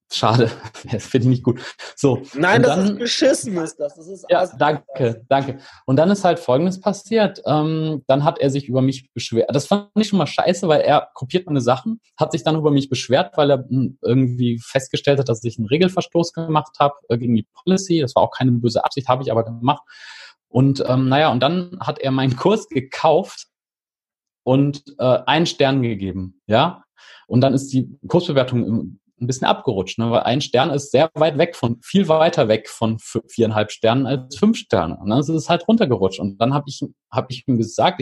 Schade, das finde ich nicht gut. So. Nein, das ist beschissen, ist das. Das ist ja, danke. Und dann ist halt Folgendes passiert. Dann hat er sich über mich beschwert. Das fand ich schon mal scheiße, weil er kopiert meine Sachen, hat sich dann über mich beschwert, weil er irgendwie festgestellt hat, dass ich einen Regelverstoß gemacht habe gegen die Policy. Das war auch keine böse Absicht, habe ich aber gemacht. Und und dann hat er meinen Kurs gekauft und 1 Stern gegeben, ja. Und dann ist die Kursbewertung ein bisschen abgerutscht, ne? Weil 1 Stern ist viel weiter weg von 4,5 Sternen als 5 Sterne. Und dann ist es halt runtergerutscht. Und dann habe ich ihm gesagt,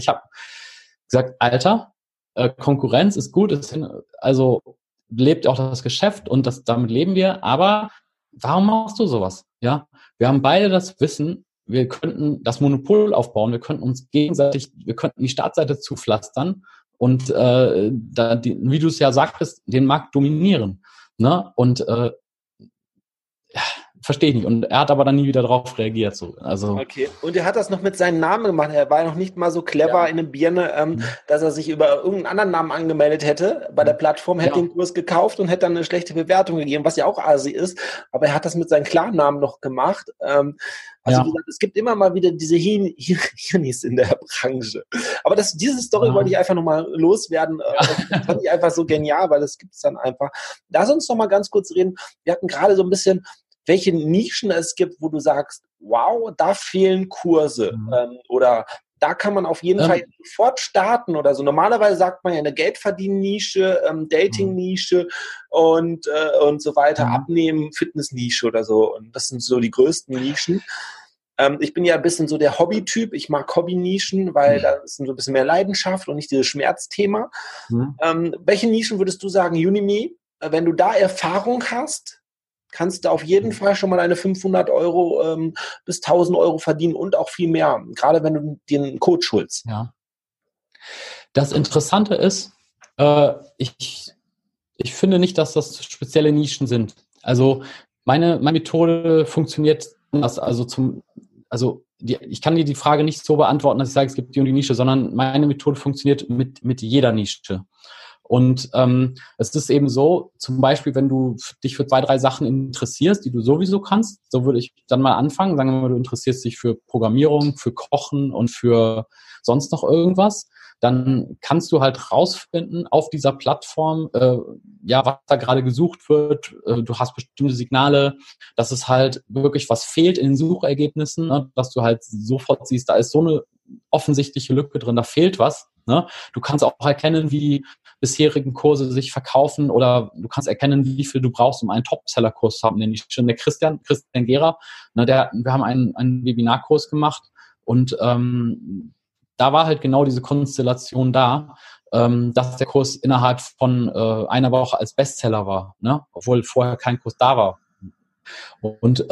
Alter, Konkurrenz ist gut, also lebt auch das Geschäft und damit leben wir, aber warum machst du sowas? Ja, wir haben beide das Wissen, wir könnten das Monopol aufbauen, wir könnten die Startseite zupflastern und wie du es ja sagtest, den Markt dominieren. Ne? Und verstehe ich nicht. Und er hat aber dann nie wieder darauf reagiert. So. Also, okay. Und er hat das noch mit seinem Namen gemacht. Er war noch nicht mal so clever in der Birne, dass er sich über irgendeinen anderen Namen angemeldet hätte bei der Plattform, hätte den Kurs gekauft und hätte dann eine schlechte Bewertung gegeben, was ja auch assi ist. Aber er hat das mit seinem Klarnamen noch gemacht. Wie gesagt, es gibt immer mal wieder diese Hirnis in der Branche. Aber diese Story wollte ich einfach nochmal loswerden. Das fand ich einfach so genial, weil das gibt es dann einfach. Lass uns noch mal ganz kurz reden. Wir hatten gerade so ein bisschen, welche Nischen es gibt, wo du sagst, wow, da fehlen Kurse oder da kann man auf jeden Fall sofort starten oder so. Normalerweise sagt man ja eine Geldverdienen-Nische, Dating-Nische und so weiter, Abnehmen, Fitness-Nische oder so. Und das sind so die größten Nischen. Ich bin ja ein bisschen so der Hobby-Typ. Ich mag Hobby-Nischen, weil da ist so ein bisschen mehr Leidenschaft und nicht dieses Schmerzthema. Welche Nischen würdest du sagen, Udemy, wenn du da Erfahrung hast, kannst du auf jeden Fall schon mal deine 500 Euro bis 1000 Euro verdienen und auch viel mehr, gerade wenn du dir einen Coach holst. Ja. Das Interessante ist, ich finde nicht, dass das spezielle Nischen sind. Also meine Methode funktioniert anders. Ich kann dir die Frage nicht so beantworten, dass ich sage, es gibt die und die Nische, sondern meine Methode funktioniert mit jeder Nische. Und es ist eben so, zum Beispiel, wenn du dich für 2, 3 Sachen interessierst, die du sowieso kannst, so würde ich dann mal anfangen. Sagen wir mal, du interessierst dich für Programmierung, für Kochen und für sonst noch irgendwas, dann kannst du halt rausfinden auf dieser Plattform, was da gerade gesucht wird. Du hast bestimmte Signale, dass es halt wirklich was fehlt in den Suchergebnissen, ne? Dass du halt sofort siehst, da ist so eine offensichtliche Lücke drin, da fehlt was. Ne? Du kannst auch erkennen, wie die bisherigen Kurse sich verkaufen oder du kannst erkennen, wie viel du brauchst, um einen Top-Seller-Kurs zu haben. Nämlich schon der Christian Gera, ne, wir haben einen Webinarkurs gemacht und da war halt genau diese Konstellation da, dass der Kurs innerhalb von einer Woche als Bestseller war, ne? Obwohl vorher kein Kurs da war. Und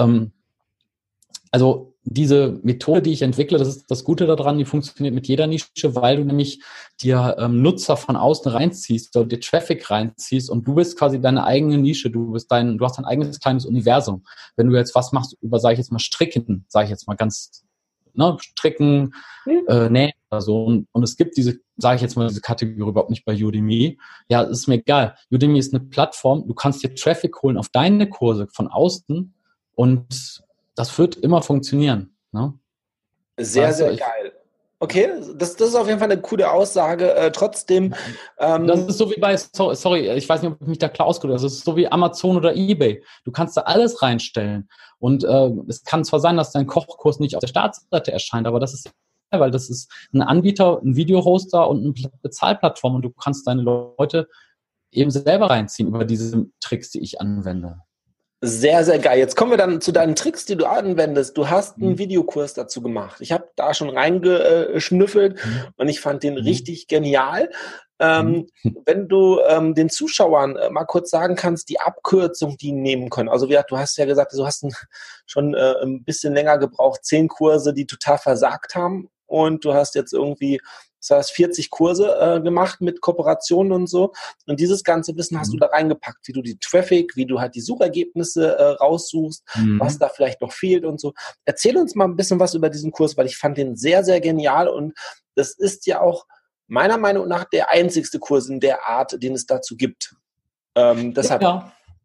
also diese Methode, die ich entwickle, das ist das Gute daran, die funktioniert mit jeder Nische, weil du nämlich dir Nutzer von außen reinziehst oder dir Traffic reinziehst und du bist quasi deine eigene Nische, du hast dein eigenes kleines Universum. Wenn du jetzt was machst über, sage ich jetzt mal, Stricken, sage ich jetzt mal ganz, ne, Stricken, Nähen oder so und es gibt diese, sage ich jetzt mal, diese Kategorie überhaupt nicht bei Udemy. Ja, ist mir egal. Udemy ist eine Plattform, du kannst dir Traffic holen auf deine Kurse von außen und das wird immer funktionieren. Ne? Sehr geil. Okay, das ist auf jeden Fall eine coole Aussage. Trotzdem. Das ist so wie bei, sorry, ich weiß nicht, ob ich mich da klar ausgedrückt habe, das ist so wie Amazon oder eBay. Du kannst da alles reinstellen. Und es kann zwar sein, dass dein Kochkurs nicht auf der Startseite erscheint, aber das ist, weil das ist ein Anbieter, ein Videohoster und eine Bezahlplattform und du kannst deine Leute eben selber reinziehen über diese Tricks, die ich anwende. Sehr, sehr geil. Jetzt kommen wir dann zu deinen Tricks, die du anwendest. Du hast einen Videokurs dazu gemacht. Ich habe da schon reingeschnüffelt und ich fand den richtig genial. Wenn du den Zuschauern mal kurz sagen kannst, die Abkürzung, die nehmen können. Also du hast ja gesagt, du hast schon ein bisschen länger gebraucht, 10 Kurse, die total versagt haben und du hast jetzt irgendwie, das heißt 40 Kurse gemacht mit Kooperationen und so. Und dieses ganze Wissen hast du da reingepackt, wie du die Traffic, wie du halt die Suchergebnisse raussuchst, was da vielleicht noch fehlt und so. Erzähl uns mal ein bisschen was über diesen Kurs, weil ich fand den sehr, sehr genial und das ist ja auch meiner Meinung nach der einzigste Kurs in der Art, den es dazu gibt. Deshalb. Ja.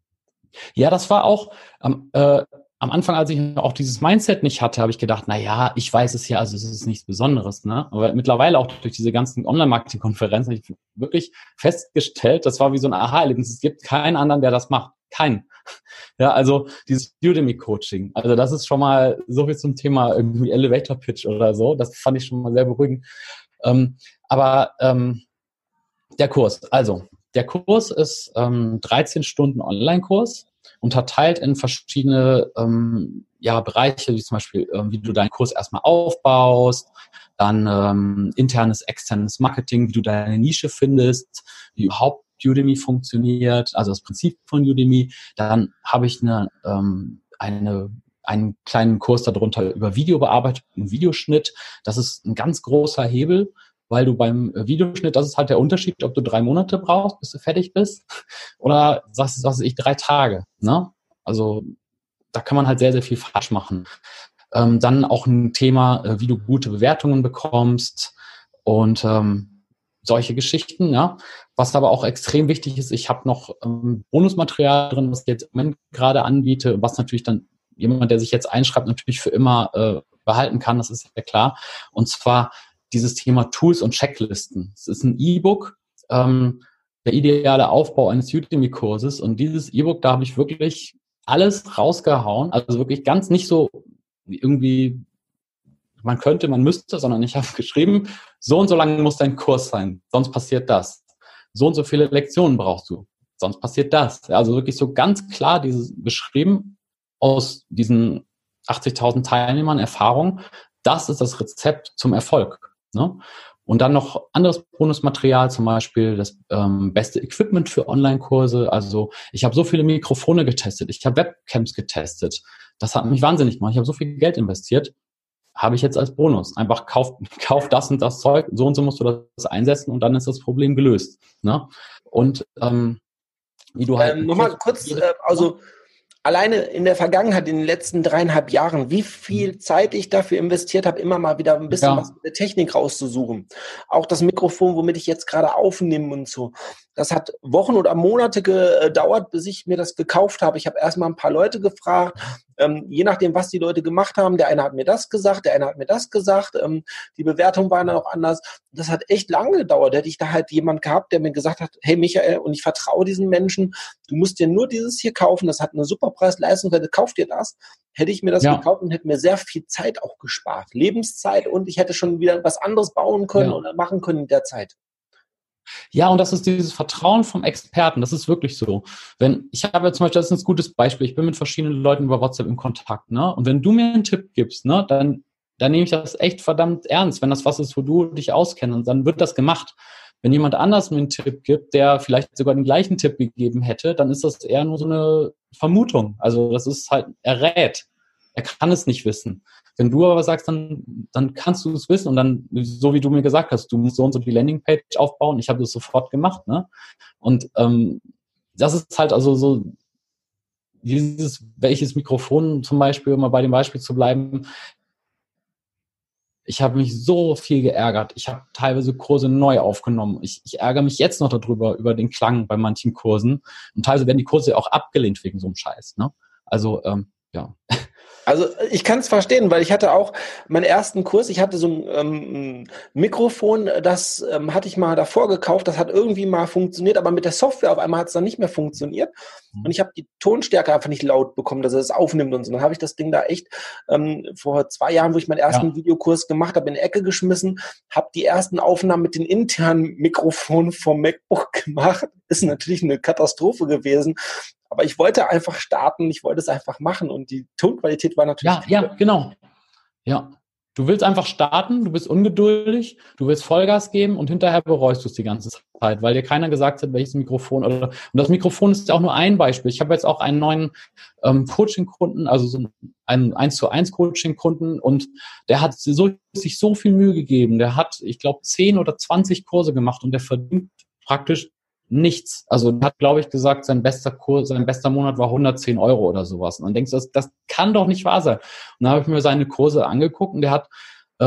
Ja, das war auch am Anfang, als ich auch dieses Mindset nicht hatte, habe ich gedacht, na ja, ich weiß es ja, also es ist nichts Besonderes, ne? Aber mittlerweile auch durch diese ganzen Online-Marketing-Konferenzen habe ich wirklich festgestellt, das war wie so ein Aha-Erlebnis. Es gibt keinen anderen, der das macht. Keinen. Ja, also dieses Udemy-Coaching. Also das ist schon mal so viel zum Thema irgendwie Elevator-Pitch oder so. Das fand ich schon mal sehr beruhigend. Aber der Kurs. Also, der Kurs ist 13 Stunden Online-Kurs, unterteilt in verschiedene Bereiche, wie zum Beispiel, wie du deinen Kurs erstmal aufbaust, dann internes, externes Marketing, wie du deine Nische findest, wie überhaupt Udemy funktioniert, also das Prinzip von Udemy. Dann habe ich einen kleinen Kurs darunter über Videobearbeitung und Videoschnitt. Das ist ein ganz großer Hebel, weil du beim Videoschnitt, das ist halt der Unterschied, ob du 3 Monate brauchst, bis du fertig bist, oder was weiß ich, 3 Tage. Ne? Also da kann man halt sehr, sehr viel falsch machen. Dann auch ein Thema, wie du gute Bewertungen bekommst und solche Geschichten. Ja? Was aber auch extrem wichtig ist, ich habe noch Bonusmaterial drin, was ich jetzt im Moment gerade anbiete, was natürlich dann jemand, der sich jetzt einschreibt, natürlich für immer behalten kann, das ist ja klar. Und zwar dieses Thema Tools und Checklisten. Es ist ein E-Book, der ideale Aufbau eines Udemy-Kurses. Und dieses E-Book, da habe ich wirklich alles rausgehauen. Also wirklich ganz nicht so irgendwie, man könnte, man müsste, sondern ich habe geschrieben, so und so lange muss dein Kurs sein, sonst passiert das. So und so viele Lektionen brauchst du, sonst passiert das. Also wirklich so ganz klar dieses beschrieben aus diesen 80.000 Teilnehmern Erfahrung. Das ist das Rezept zum Erfolg. Ne? Und dann noch anderes Bonusmaterial, zum Beispiel das beste Equipment für Online-Kurse. Also ich habe so viele Mikrofone getestet, ich habe Webcams getestet. Das hat mich wahnsinnig gemacht. Ich habe so viel Geld investiert, habe ich jetzt als Bonus. Einfach kauf das und das Zeug, so und so musst du das einsetzen und dann ist das Problem gelöst. Ne? Und wie du halt... Nochmal kurz, also alleine in der Vergangenheit, in den letzten 3,5 Jahren, wie viel Zeit ich dafür investiert habe, immer mal wieder ein bisschen was mit der Technik rauszusuchen. Auch das Mikrofon, womit ich jetzt gerade aufnehme und so. Das hat Wochen oder Monate gedauert, bis ich mir das gekauft habe. Ich habe erstmal ein paar Leute gefragt, je nachdem, was die Leute gemacht haben. Der eine hat mir das gesagt, der eine hat mir das gesagt. Die Bewertungen waren dann auch anders. Das hat echt lange gedauert. Hätte ich da halt jemand gehabt, der mir gesagt hat, hey Michael, und ich vertraue diesen Menschen, du musst dir nur dieses hier kaufen, das hat eine super Preis-Leistungswerte, kauf dir das. Hätte ich mir das gekauft und hätte mir sehr viel Zeit auch gespart. Lebenszeit, und ich hätte schon wieder was anderes bauen können oder machen können in der Zeit. Ja, und das ist dieses Vertrauen vom Experten. Das ist wirklich so. Ich habe jetzt zum Beispiel, das ist ein gutes Beispiel, ich bin mit verschiedenen Leuten über WhatsApp in Kontakt, ne? Und wenn du mir einen Tipp gibst, ne, dann nehme ich das echt verdammt ernst, wenn das was ist, wo du dich auskennst, und dann wird das gemacht. Wenn jemand anders mir einen Tipp gibt, der vielleicht sogar den gleichen Tipp gegeben hätte, dann ist das eher nur so eine Vermutung. Also das ist halt, er rät. Er kann es nicht wissen. Wenn du aber sagst, dann kannst du es wissen und dann, so wie du mir gesagt hast, du musst so und so die Landingpage aufbauen. Ich habe das sofort gemacht, ne? Und das ist halt also so welches Mikrofon zum Beispiel, um mal bei dem Beispiel zu bleiben. Ich habe mich so viel geärgert. Ich habe teilweise Kurse neu aufgenommen. Ich ärgere mich jetzt noch darüber, über den Klang bei manchen Kursen. Und teilweise werden die Kurse auch abgelehnt wegen so einem Scheiß, ne? Also, ja. Also ich kann es verstehen, weil ich hatte auch meinen ersten Kurs, ich hatte so ein Mikrofon, das hatte ich mal davor gekauft, das hat irgendwie mal funktioniert, aber mit der Software auf einmal hat es dann nicht mehr funktioniert und ich habe die Tonstärke einfach nicht laut bekommen, dass er es aufnimmt und so. Dann habe ich das Ding da echt vor 2 Jahren, wo ich meinen ersten Videokurs gemacht habe, in die Ecke geschmissen, habe die ersten Aufnahmen mit den internen Mikrofonen vom MacBook gemacht. Ist natürlich eine Katastrophe gewesen. Aber ich wollte einfach starten, ich wollte es einfach machen und die Tonqualität war natürlich... Ja, genau. Ja, du willst einfach starten, du bist ungeduldig, du willst Vollgas geben und hinterher bereust du es die ganze Zeit, weil dir keiner gesagt hat, welches Mikrofon und das Mikrofon ist ja auch nur ein Beispiel. Ich habe jetzt auch einen neuen Coaching-Kunden, also so einen 1:1 Coaching-Kunden und der hat sich so viel Mühe gegeben. Der hat, ich glaube, 10 oder 20 Kurse gemacht und der verdient praktisch nichts. Also er hat, glaube ich, gesagt, sein bester Monat war 110 Euro oder sowas. Und dann denkst du, das kann doch nicht wahr sein. Und dann habe ich mir seine Kurse angeguckt und der hat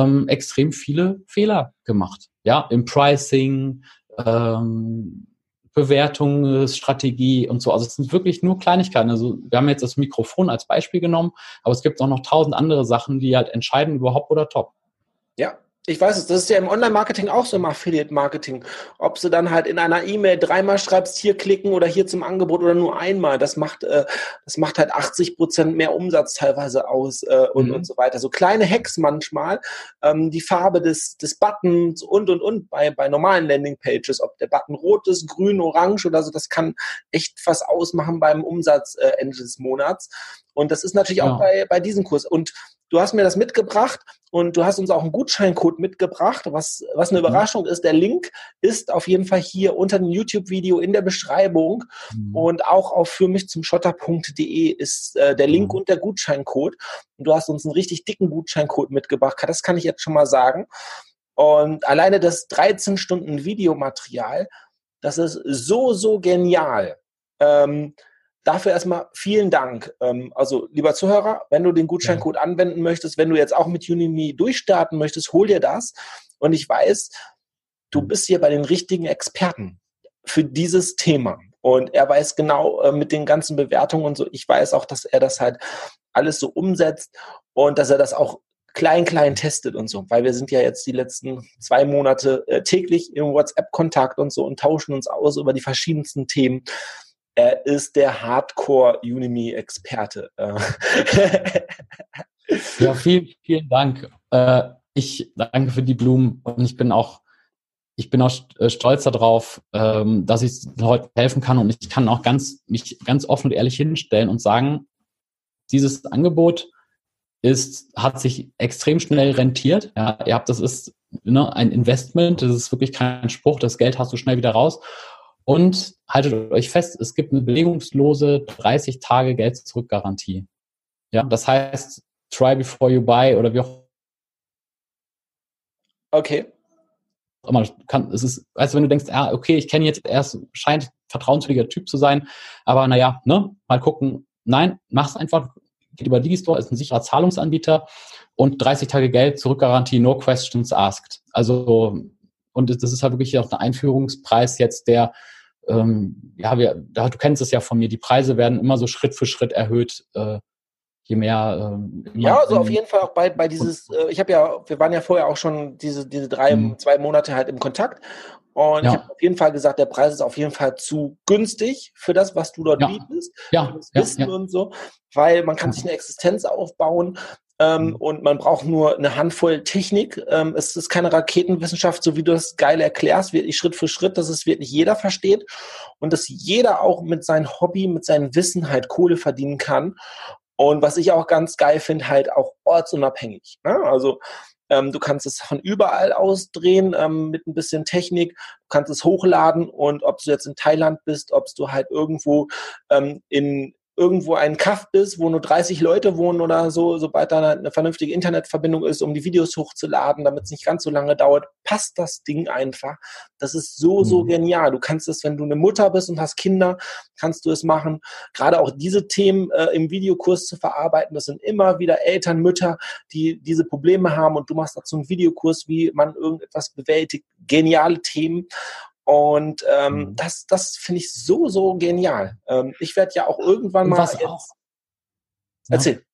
extrem viele Fehler gemacht. Ja, im Pricing, Bewertungsstrategie und so. Also es sind wirklich nur Kleinigkeiten. Also wir haben jetzt das Mikrofon als Beispiel genommen, aber es gibt auch noch 1000 andere Sachen, die halt entscheiden über Hop oder Top. Ja, ich weiß es. Das ist ja im Online-Marketing auch so, im Affiliate-Marketing. Ob du dann halt in einer E-Mail dreimal schreibst, hier klicken oder hier zum Angebot oder nur einmal, das macht halt 80% mehr Umsatz teilweise aus und so weiter. So kleine Hacks manchmal, die Farbe des Buttons und bei normalen Landing-Pages, ob der Button rot ist, grün, orange oder so, das kann echt was ausmachen beim Umsatz Ende des Monats. Und das ist natürlich auch bei diesem Kurs. Und du hast mir das mitgebracht und du hast uns auch einen Gutscheincode mitgebracht, was eine Überraschung ist. Der Link ist auf jeden Fall hier unter dem YouTube-Video in der Beschreibung und auch auf fürmichzumschotter.de ist der Link und der Gutscheincode. Und du hast uns einen richtig dicken Gutscheincode mitgebracht. Das kann ich jetzt schon mal sagen. Und alleine das 13 Stunden Videomaterial, das ist so, so genial. Dafür erstmal vielen Dank. Also, lieber Zuhörer, wenn du den Gutscheincode anwenden möchtest, wenn du jetzt auch mit Udemy durchstarten möchtest, hol dir das. Und ich weiß, du bist hier bei den richtigen Experten für dieses Thema. Und er weiß genau mit den ganzen Bewertungen und so, ich weiß auch, dass er das halt alles so umsetzt und dass er das auch klein testet und so, weil wir sind ja jetzt die letzten 2 Monate täglich im WhatsApp-Kontakt und so und tauschen uns aus über die verschiedensten Themen. Er ist der Hardcore-Udemy-Experte. Ja, vielen Dank. Ich danke für die Blumen und ich bin auch stolz darauf, dass ich heute helfen kann und ich kann auch mich ganz offen und ehrlich hinstellen und sagen, dieses Angebot hat sich extrem schnell rentiert. Ja, das ist ein Investment, das ist wirklich kein Spruch, das Geld hast du schnell wieder raus. Und haltet euch fest, es gibt eine bedingungslose 30 Tage Geld-Zurück-Garantie. Ja, das heißt, try before you buy oder wie auch. Okay. Es ist, weißt du, wenn du denkst, okay, ich kenne jetzt erst, scheint vertrauenswürdiger Typ zu sein, aber mal gucken. Nein, mach's einfach. Geht über Digistore, ist ein sicherer Zahlungsanbieter und 30 Tage Geld-Zurück-Garantie, no questions asked. Also, und das ist halt wirklich auch ein Einführungspreis jetzt, der, du kennst es ja von mir, die Preise werden immer so Schritt für Schritt erhöht, je mehr. Also auf jeden Fall auch bei dieses, wir waren ja vorher auch schon diese 2 Monate halt im Kontakt und ich habe auf jeden Fall gesagt, der Preis ist auf jeden Fall zu günstig für das, was du dort bietest, für das Wissen und so, weil man kann sich eine Existenz aufbauen. Und man braucht nur eine Handvoll Technik. Es ist keine Raketenwissenschaft, so wie du das geil erklärst, wirklich Schritt für Schritt, dass es wirklich jeder versteht und dass jeder auch mit seinem Hobby, mit seinem Wissen halt Kohle verdienen kann. Und was ich auch ganz geil finde, halt auch ortsunabhängig. Ne? Also du kannst es von überall aus drehen mit ein bisschen Technik. Du kannst es hochladen und ob du jetzt in Thailand bist, ob du halt irgendwo irgendwo ein Kaff bist, wo nur 30 Leute wohnen oder so, sobald da eine vernünftige Internetverbindung ist, um die Videos hochzuladen, damit es nicht ganz so lange dauert, passt das Ding einfach. Das ist so, so genial. Du kannst es, wenn du eine Mutter bist und hast Kinder, kannst du es machen. Gerade auch diese Themen im Videokurs zu verarbeiten, das sind immer wieder Eltern, Mütter, die diese Probleme haben und du machst dazu einen Videokurs, wie man irgendetwas bewältigt. Geniale Themen. Und das finde ich so, so genial. Ich werde ja auch irgendwann mal jetzt... Erzähl.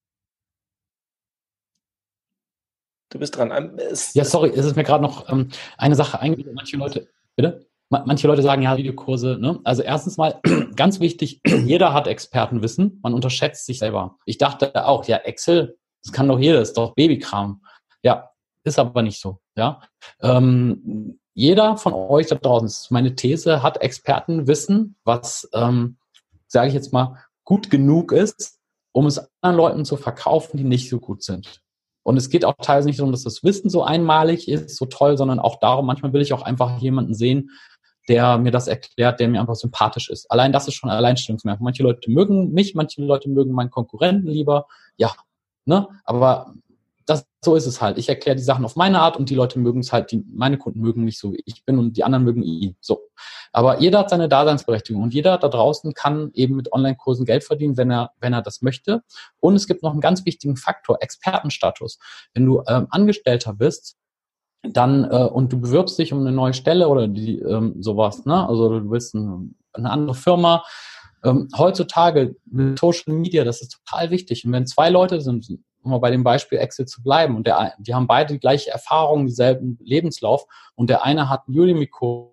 Du bist dran. Sorry, es ist mir gerade noch eine Sache eingefallen. Manche Leute sagen, ja, Videokurse, ne? Also erstens mal, ganz wichtig, jeder hat Expertenwissen, man unterschätzt sich selber. Ich dachte auch, ja, Excel, das kann doch jeder, das ist doch Babykram. Ja, ist aber nicht so, ja. Jeder von euch da draußen, das ist meine These, hat Expertenwissen, was, sage ich jetzt mal, gut genug ist, um es anderen Leuten zu verkaufen, die nicht so gut sind. Und es geht auch teilweise nicht darum, dass das Wissen so einmalig ist, so toll, sondern auch darum, manchmal will ich auch einfach jemanden sehen, der mir das erklärt, der mir einfach sympathisch ist. Allein das ist schon ein Alleinstellungsmerkmal. Manche Leute mögen mich, manche Leute mögen meinen Konkurrenten lieber. Ja, ne? Aber so ist es halt. Ich erkläre die Sachen auf meine Art und die Leute mögen es halt, meine Kunden mögen mich so, wie ich bin und die anderen mögen ihn. So. Aber jeder hat seine Daseinsberechtigung und jeder da draußen kann eben mit Online-Kursen Geld verdienen, wenn er das möchte. Und es gibt noch einen ganz wichtigen Faktor, Expertenstatus. Wenn du Angestellter bist, dann und du bewirbst dich um eine neue Stelle oder sowas, ne? Also du willst eine andere Firma. Heutzutage mit Social Media, das ist total wichtig. Und wenn zwei Leute sind, um mal bei dem Beispiel Exit zu bleiben, und die haben beide die gleiche Erfahrung, denselben Lebenslauf, und der eine hat einen Udemy-Kurs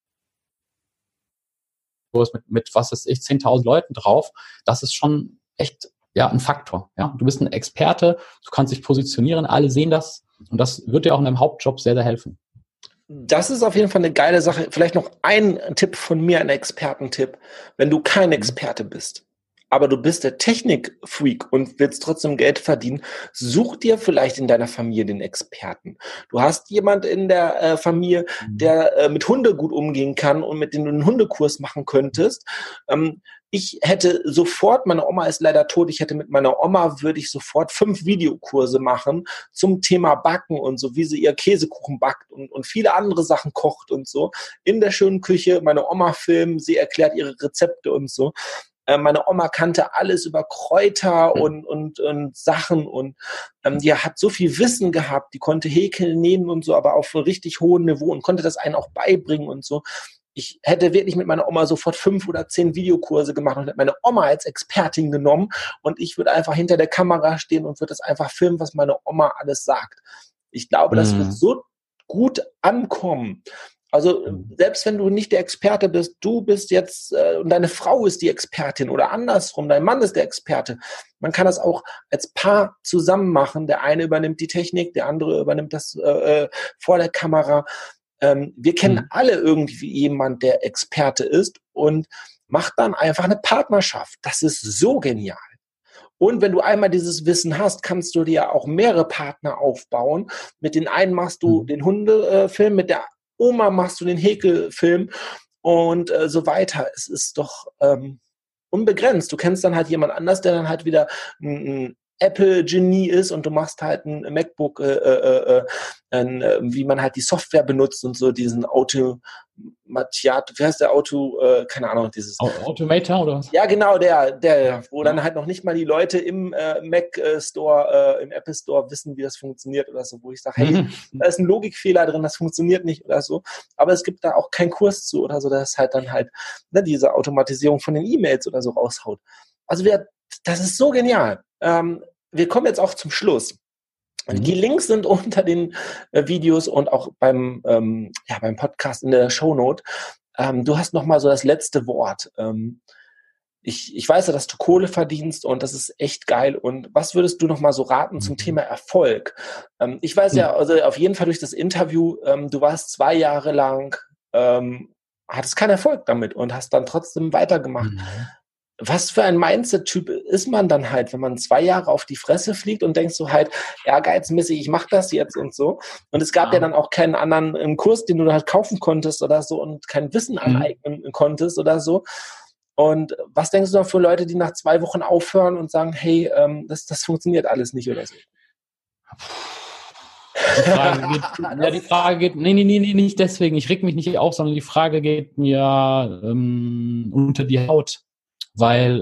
mit was weiß ich, 10.000 Leuten drauf, das ist schon echt ein Faktor. Ja? Du bist ein Experte, du kannst dich positionieren, alle sehen das, und das wird dir auch in deinem Hauptjob sehr, sehr helfen. Das ist auf jeden Fall eine geile Sache. Vielleicht noch ein Tipp von mir, ein Expertentipp. Wenn du kein Experte bist, aber du bist der Technikfreak und willst trotzdem Geld verdienen, such dir vielleicht in deiner Familie den Experten. Du hast jemand in der Familie, der mit Hunde gut umgehen kann und mit dem du einen Hundekurs machen könntest. Ich hätte sofort, meine Oma ist leider tot, mit meiner Oma würde ich sofort 5 Videokurse machen zum Thema Backen und so, wie sie ihr Käsekuchen backt und viele andere Sachen kocht und so. In der schönen Küche, meine Oma filmen, sie erklärt ihre Rezepte und so. Meine Oma kannte alles über Kräuter und Sachen und die hat so viel Wissen gehabt, die konnte häkeln, nähen und so, aber auf einem richtig hohen Niveau und konnte das einen auch beibringen und so. Ich hätte wirklich mit meiner Oma sofort 5 oder 10 Videokurse gemacht und hätte meine Oma als Expertin genommen und ich würde einfach hinter der Kamera stehen und würde das einfach filmen, was meine Oma alles sagt. Ich glaube, das wird so gut ankommen. Also selbst wenn du nicht der Experte bist, du bist jetzt und deine Frau ist die Expertin oder andersrum, dein Mann ist der Experte. Man kann das auch als Paar zusammen machen. Der eine übernimmt die Technik, der andere übernimmt das vor der Kamera. Wir kennen alle irgendwie jemand, der Experte ist und macht dann einfach eine Partnerschaft. Das ist so genial. Und wenn du einmal dieses Wissen hast, kannst du dir auch mehrere Partner aufbauen. Mit den einen machst du den Hundefilm, mit der Oma machst du den Häkelfilm und so weiter. Es ist doch unbegrenzt. Du kennst dann halt jemand anders, der dann halt wieder ein Apple-Genie ist und du machst halt ein MacBook, wie man halt die Software benutzt und so diesen wie heißt der keine Ahnung, dieses Automator oder was? Ja, genau, wo dann halt noch nicht mal die Leute im Mac Store, im Apple Store wissen, wie das funktioniert oder so, wo ich sage, hey, da ist ein Logikfehler drin, das funktioniert nicht oder so. Aber es gibt da auch keinen Kurs zu oder so, dass halt dann halt diese Automatisierung von den E-Mails oder so raushaut. Also das ist so genial. Wir kommen jetzt auch zum Schluss. Die Links sind unter den Videos und auch beim Podcast in der Shownote. Du hast noch mal so das letzte Wort. Ich weiß ja, dass du Kohle verdienst und das ist echt geil. Und was würdest du noch mal so raten zum Thema Erfolg? Ich weiß ja, also auf jeden Fall durch das Interview, du warst 2 Jahre lang, hattest keinen Erfolg damit und hast dann trotzdem weitergemacht. Was für ein Mindset-Typ ist man dann halt, wenn man 2 Jahre auf die Fresse fliegt und denkst so halt, ehrgeizmäßig, ich mache das jetzt und so. Und es gab ja dann auch keinen anderen Kurs, den du halt kaufen konntest oder so und kein Wissen aneignen konntest oder so. Und was denkst du noch für Leute, die nach 2 Wochen aufhören und sagen, hey, das funktioniert alles nicht oder so? Die Frage geht, nee, nicht deswegen, ich reg mich nicht auf, sondern die Frage geht mir unter die Haut. Weil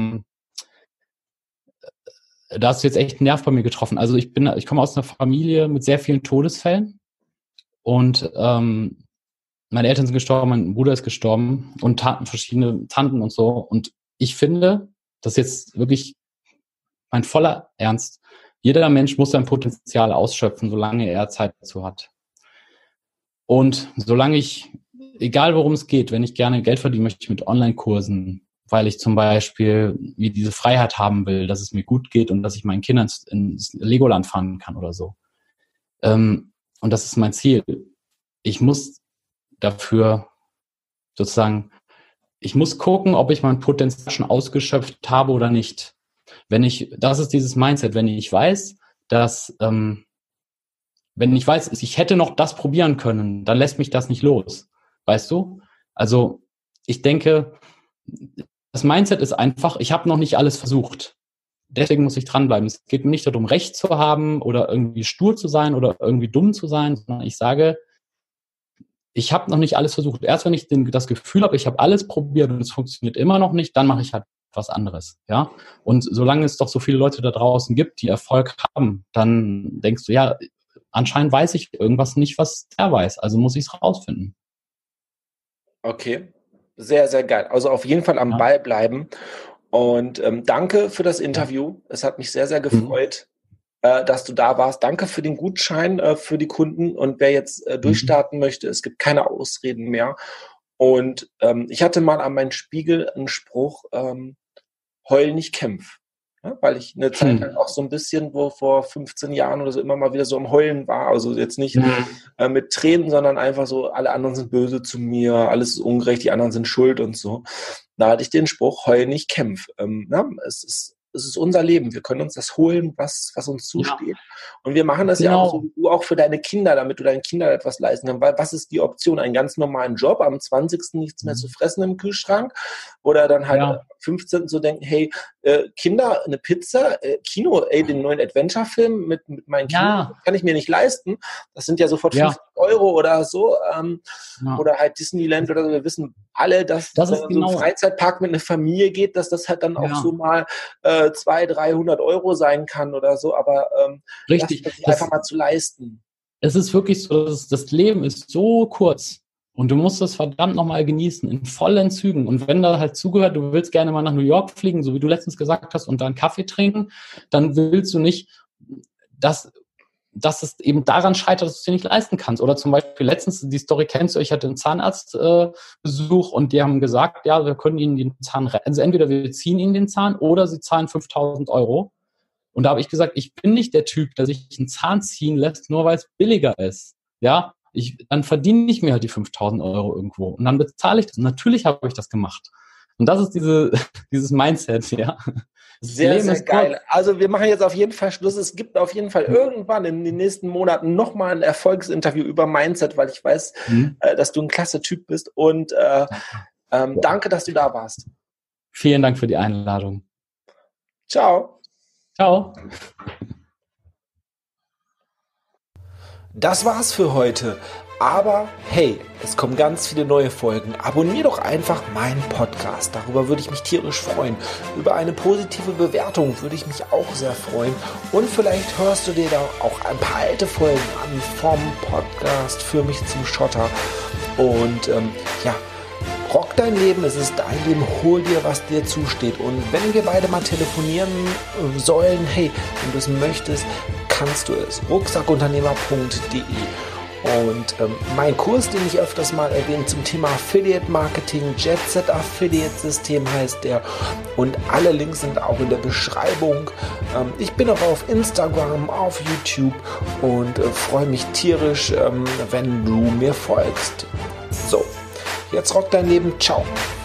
da hast du jetzt echt einen Nerv bei mir getroffen. Also ich komme aus einer Familie mit sehr vielen Todesfällen und meine Eltern sind gestorben, mein Bruder ist gestorben und verschiedene Tanten und so. Und ich finde, das ist jetzt wirklich mein voller Ernst, jeder Mensch muss sein Potenzial ausschöpfen, solange er Zeit dazu hat. Und solange egal worum es geht, wenn ich gerne Geld verdienen möchte mit Online-Kursen, weil ich zum Beispiel wie diese Freiheit haben will, dass es mir gut geht und dass ich meinen Kindern ins Legoland fahren kann oder so. Und das ist mein Ziel. Ich muss dafür sozusagen, ich muss gucken, ob ich mein Potenzial schon ausgeschöpft habe oder nicht. Das ist dieses Mindset, wenn ich weiß, ich hätte noch das probieren können, dann lässt mich das nicht los. Weißt du? Also ich denke, das Mindset ist einfach, ich habe noch nicht alles versucht. Deswegen muss ich dranbleiben. Es geht mir nicht darum, Recht zu haben oder irgendwie stur zu sein oder irgendwie dumm zu sein, sondern ich sage, ich habe noch nicht alles versucht. Erst wenn ich das Gefühl habe, ich habe alles probiert und es funktioniert immer noch nicht, dann mache ich halt was anderes. Ja? Und solange es doch so viele Leute da draußen gibt, die Erfolg haben, dann denkst du, ja, anscheinend weiß ich irgendwas nicht, was er weiß. Also muss ich es rausfinden. Okay, sehr, sehr geil. Also auf jeden Fall am Ball bleiben. Und danke für das Interview. Es hat mich sehr, sehr gefreut, dass du da warst. Danke für den Gutschein für die Kunden. Und wer jetzt durchstarten möchte, es gibt keine Ausreden mehr. Und ich hatte mal an meinen Spiegel einen Spruch, heul nicht, kämpf. Ja, weil ich eine Zeit lang auch so ein bisschen, wo vor 15 Jahren oder so immer mal wieder so am Heulen war. Also jetzt nicht mit Tränen, sondern einfach so, alle anderen sind böse zu mir, alles ist ungerecht, die anderen sind schuld und so. Da hatte ich den Spruch, heul nicht, kämpf. Es ist unser Leben. Wir können uns das holen, was uns zusteht. Ja. Und wir machen das ja auch so wie du auch für deine Kinder, damit du deinen Kindern etwas leisten kannst. Weil was ist die Option? Einen ganz normalen Job, am 20. nichts mehr zu fressen im Kühlschrank? Oder dann halt am 15. zu denken, hey, Kinder, eine Pizza, Kino, den neuen Adventure-Film mit meinen Kindern, kann ich mir nicht leisten. Das sind ja sofort 50 Euro oder so. Oder halt Disneyland oder so. Wir wissen alle, dass das wenn man so einen Freizeitpark mit einer Familie geht, dass das halt dann auch so mal 200, 300 Euro sein kann oder so, aber richtig, das einfach mal zu leisten. Es ist wirklich so, das Leben ist so kurz und du musst es verdammt nochmal genießen, in vollen Zügen. Und wenn da halt zugehört, du willst gerne mal nach New York fliegen, so wie du letztens gesagt hast, und da einen Kaffee trinken, dann willst du nicht, dass es eben daran scheitert, dass du es dir nicht leisten kannst. Oder zum Beispiel letztens, die Story kennst du, ich hatte einen Zahnarztbesuch und die haben gesagt, ja, wir können Ihnen den Zahn retten. Also entweder wir ziehen Ihnen den Zahn oder Sie zahlen 5.000 Euro. Und da habe ich gesagt, ich bin nicht der Typ, der sich einen Zahn ziehen lässt, nur weil es billiger ist. Ja, dann verdiene ich mir halt die 5.000 Euro irgendwo und dann bezahle ich das. Und natürlich habe ich das gemacht. Und das ist dieses Mindset, ja. Sehr, sehr geil. Also wir machen jetzt auf jeden Fall Schluss. Es gibt auf jeden Fall irgendwann in den nächsten Monaten nochmal ein Erfolgsinterview über Mindset, weil ich weiß, dass du ein klasse Typ bist. Und danke, dass du da warst. Vielen Dank für die Einladung. Ciao. Ciao. Das war's für heute. Aber hey, es kommen ganz viele neue Folgen. Abonnier doch einfach meinen Podcast. Darüber würde ich mich tierisch freuen. Über eine positive Bewertung würde ich mich auch sehr freuen. Und vielleicht hörst du dir da auch ein paar alte Folgen an vom Podcast Für mich zum Schotter. Und rock dein Leben, es ist dein Leben, hol dir, was dir zusteht. Und wenn wir beide mal telefonieren sollen, hey, wenn du es möchtest, kannst du es. rucksackunternehmer.de. Und mein Kurs, den ich öfters mal erwähne zum Thema Affiliate Marketing, JetSet Affiliate System heißt der, und alle Links sind auch in der Beschreibung. Ich bin auch auf Instagram, auf YouTube und freue mich tierisch, wenn du mir folgst. So, jetzt rock dein Leben. Ciao.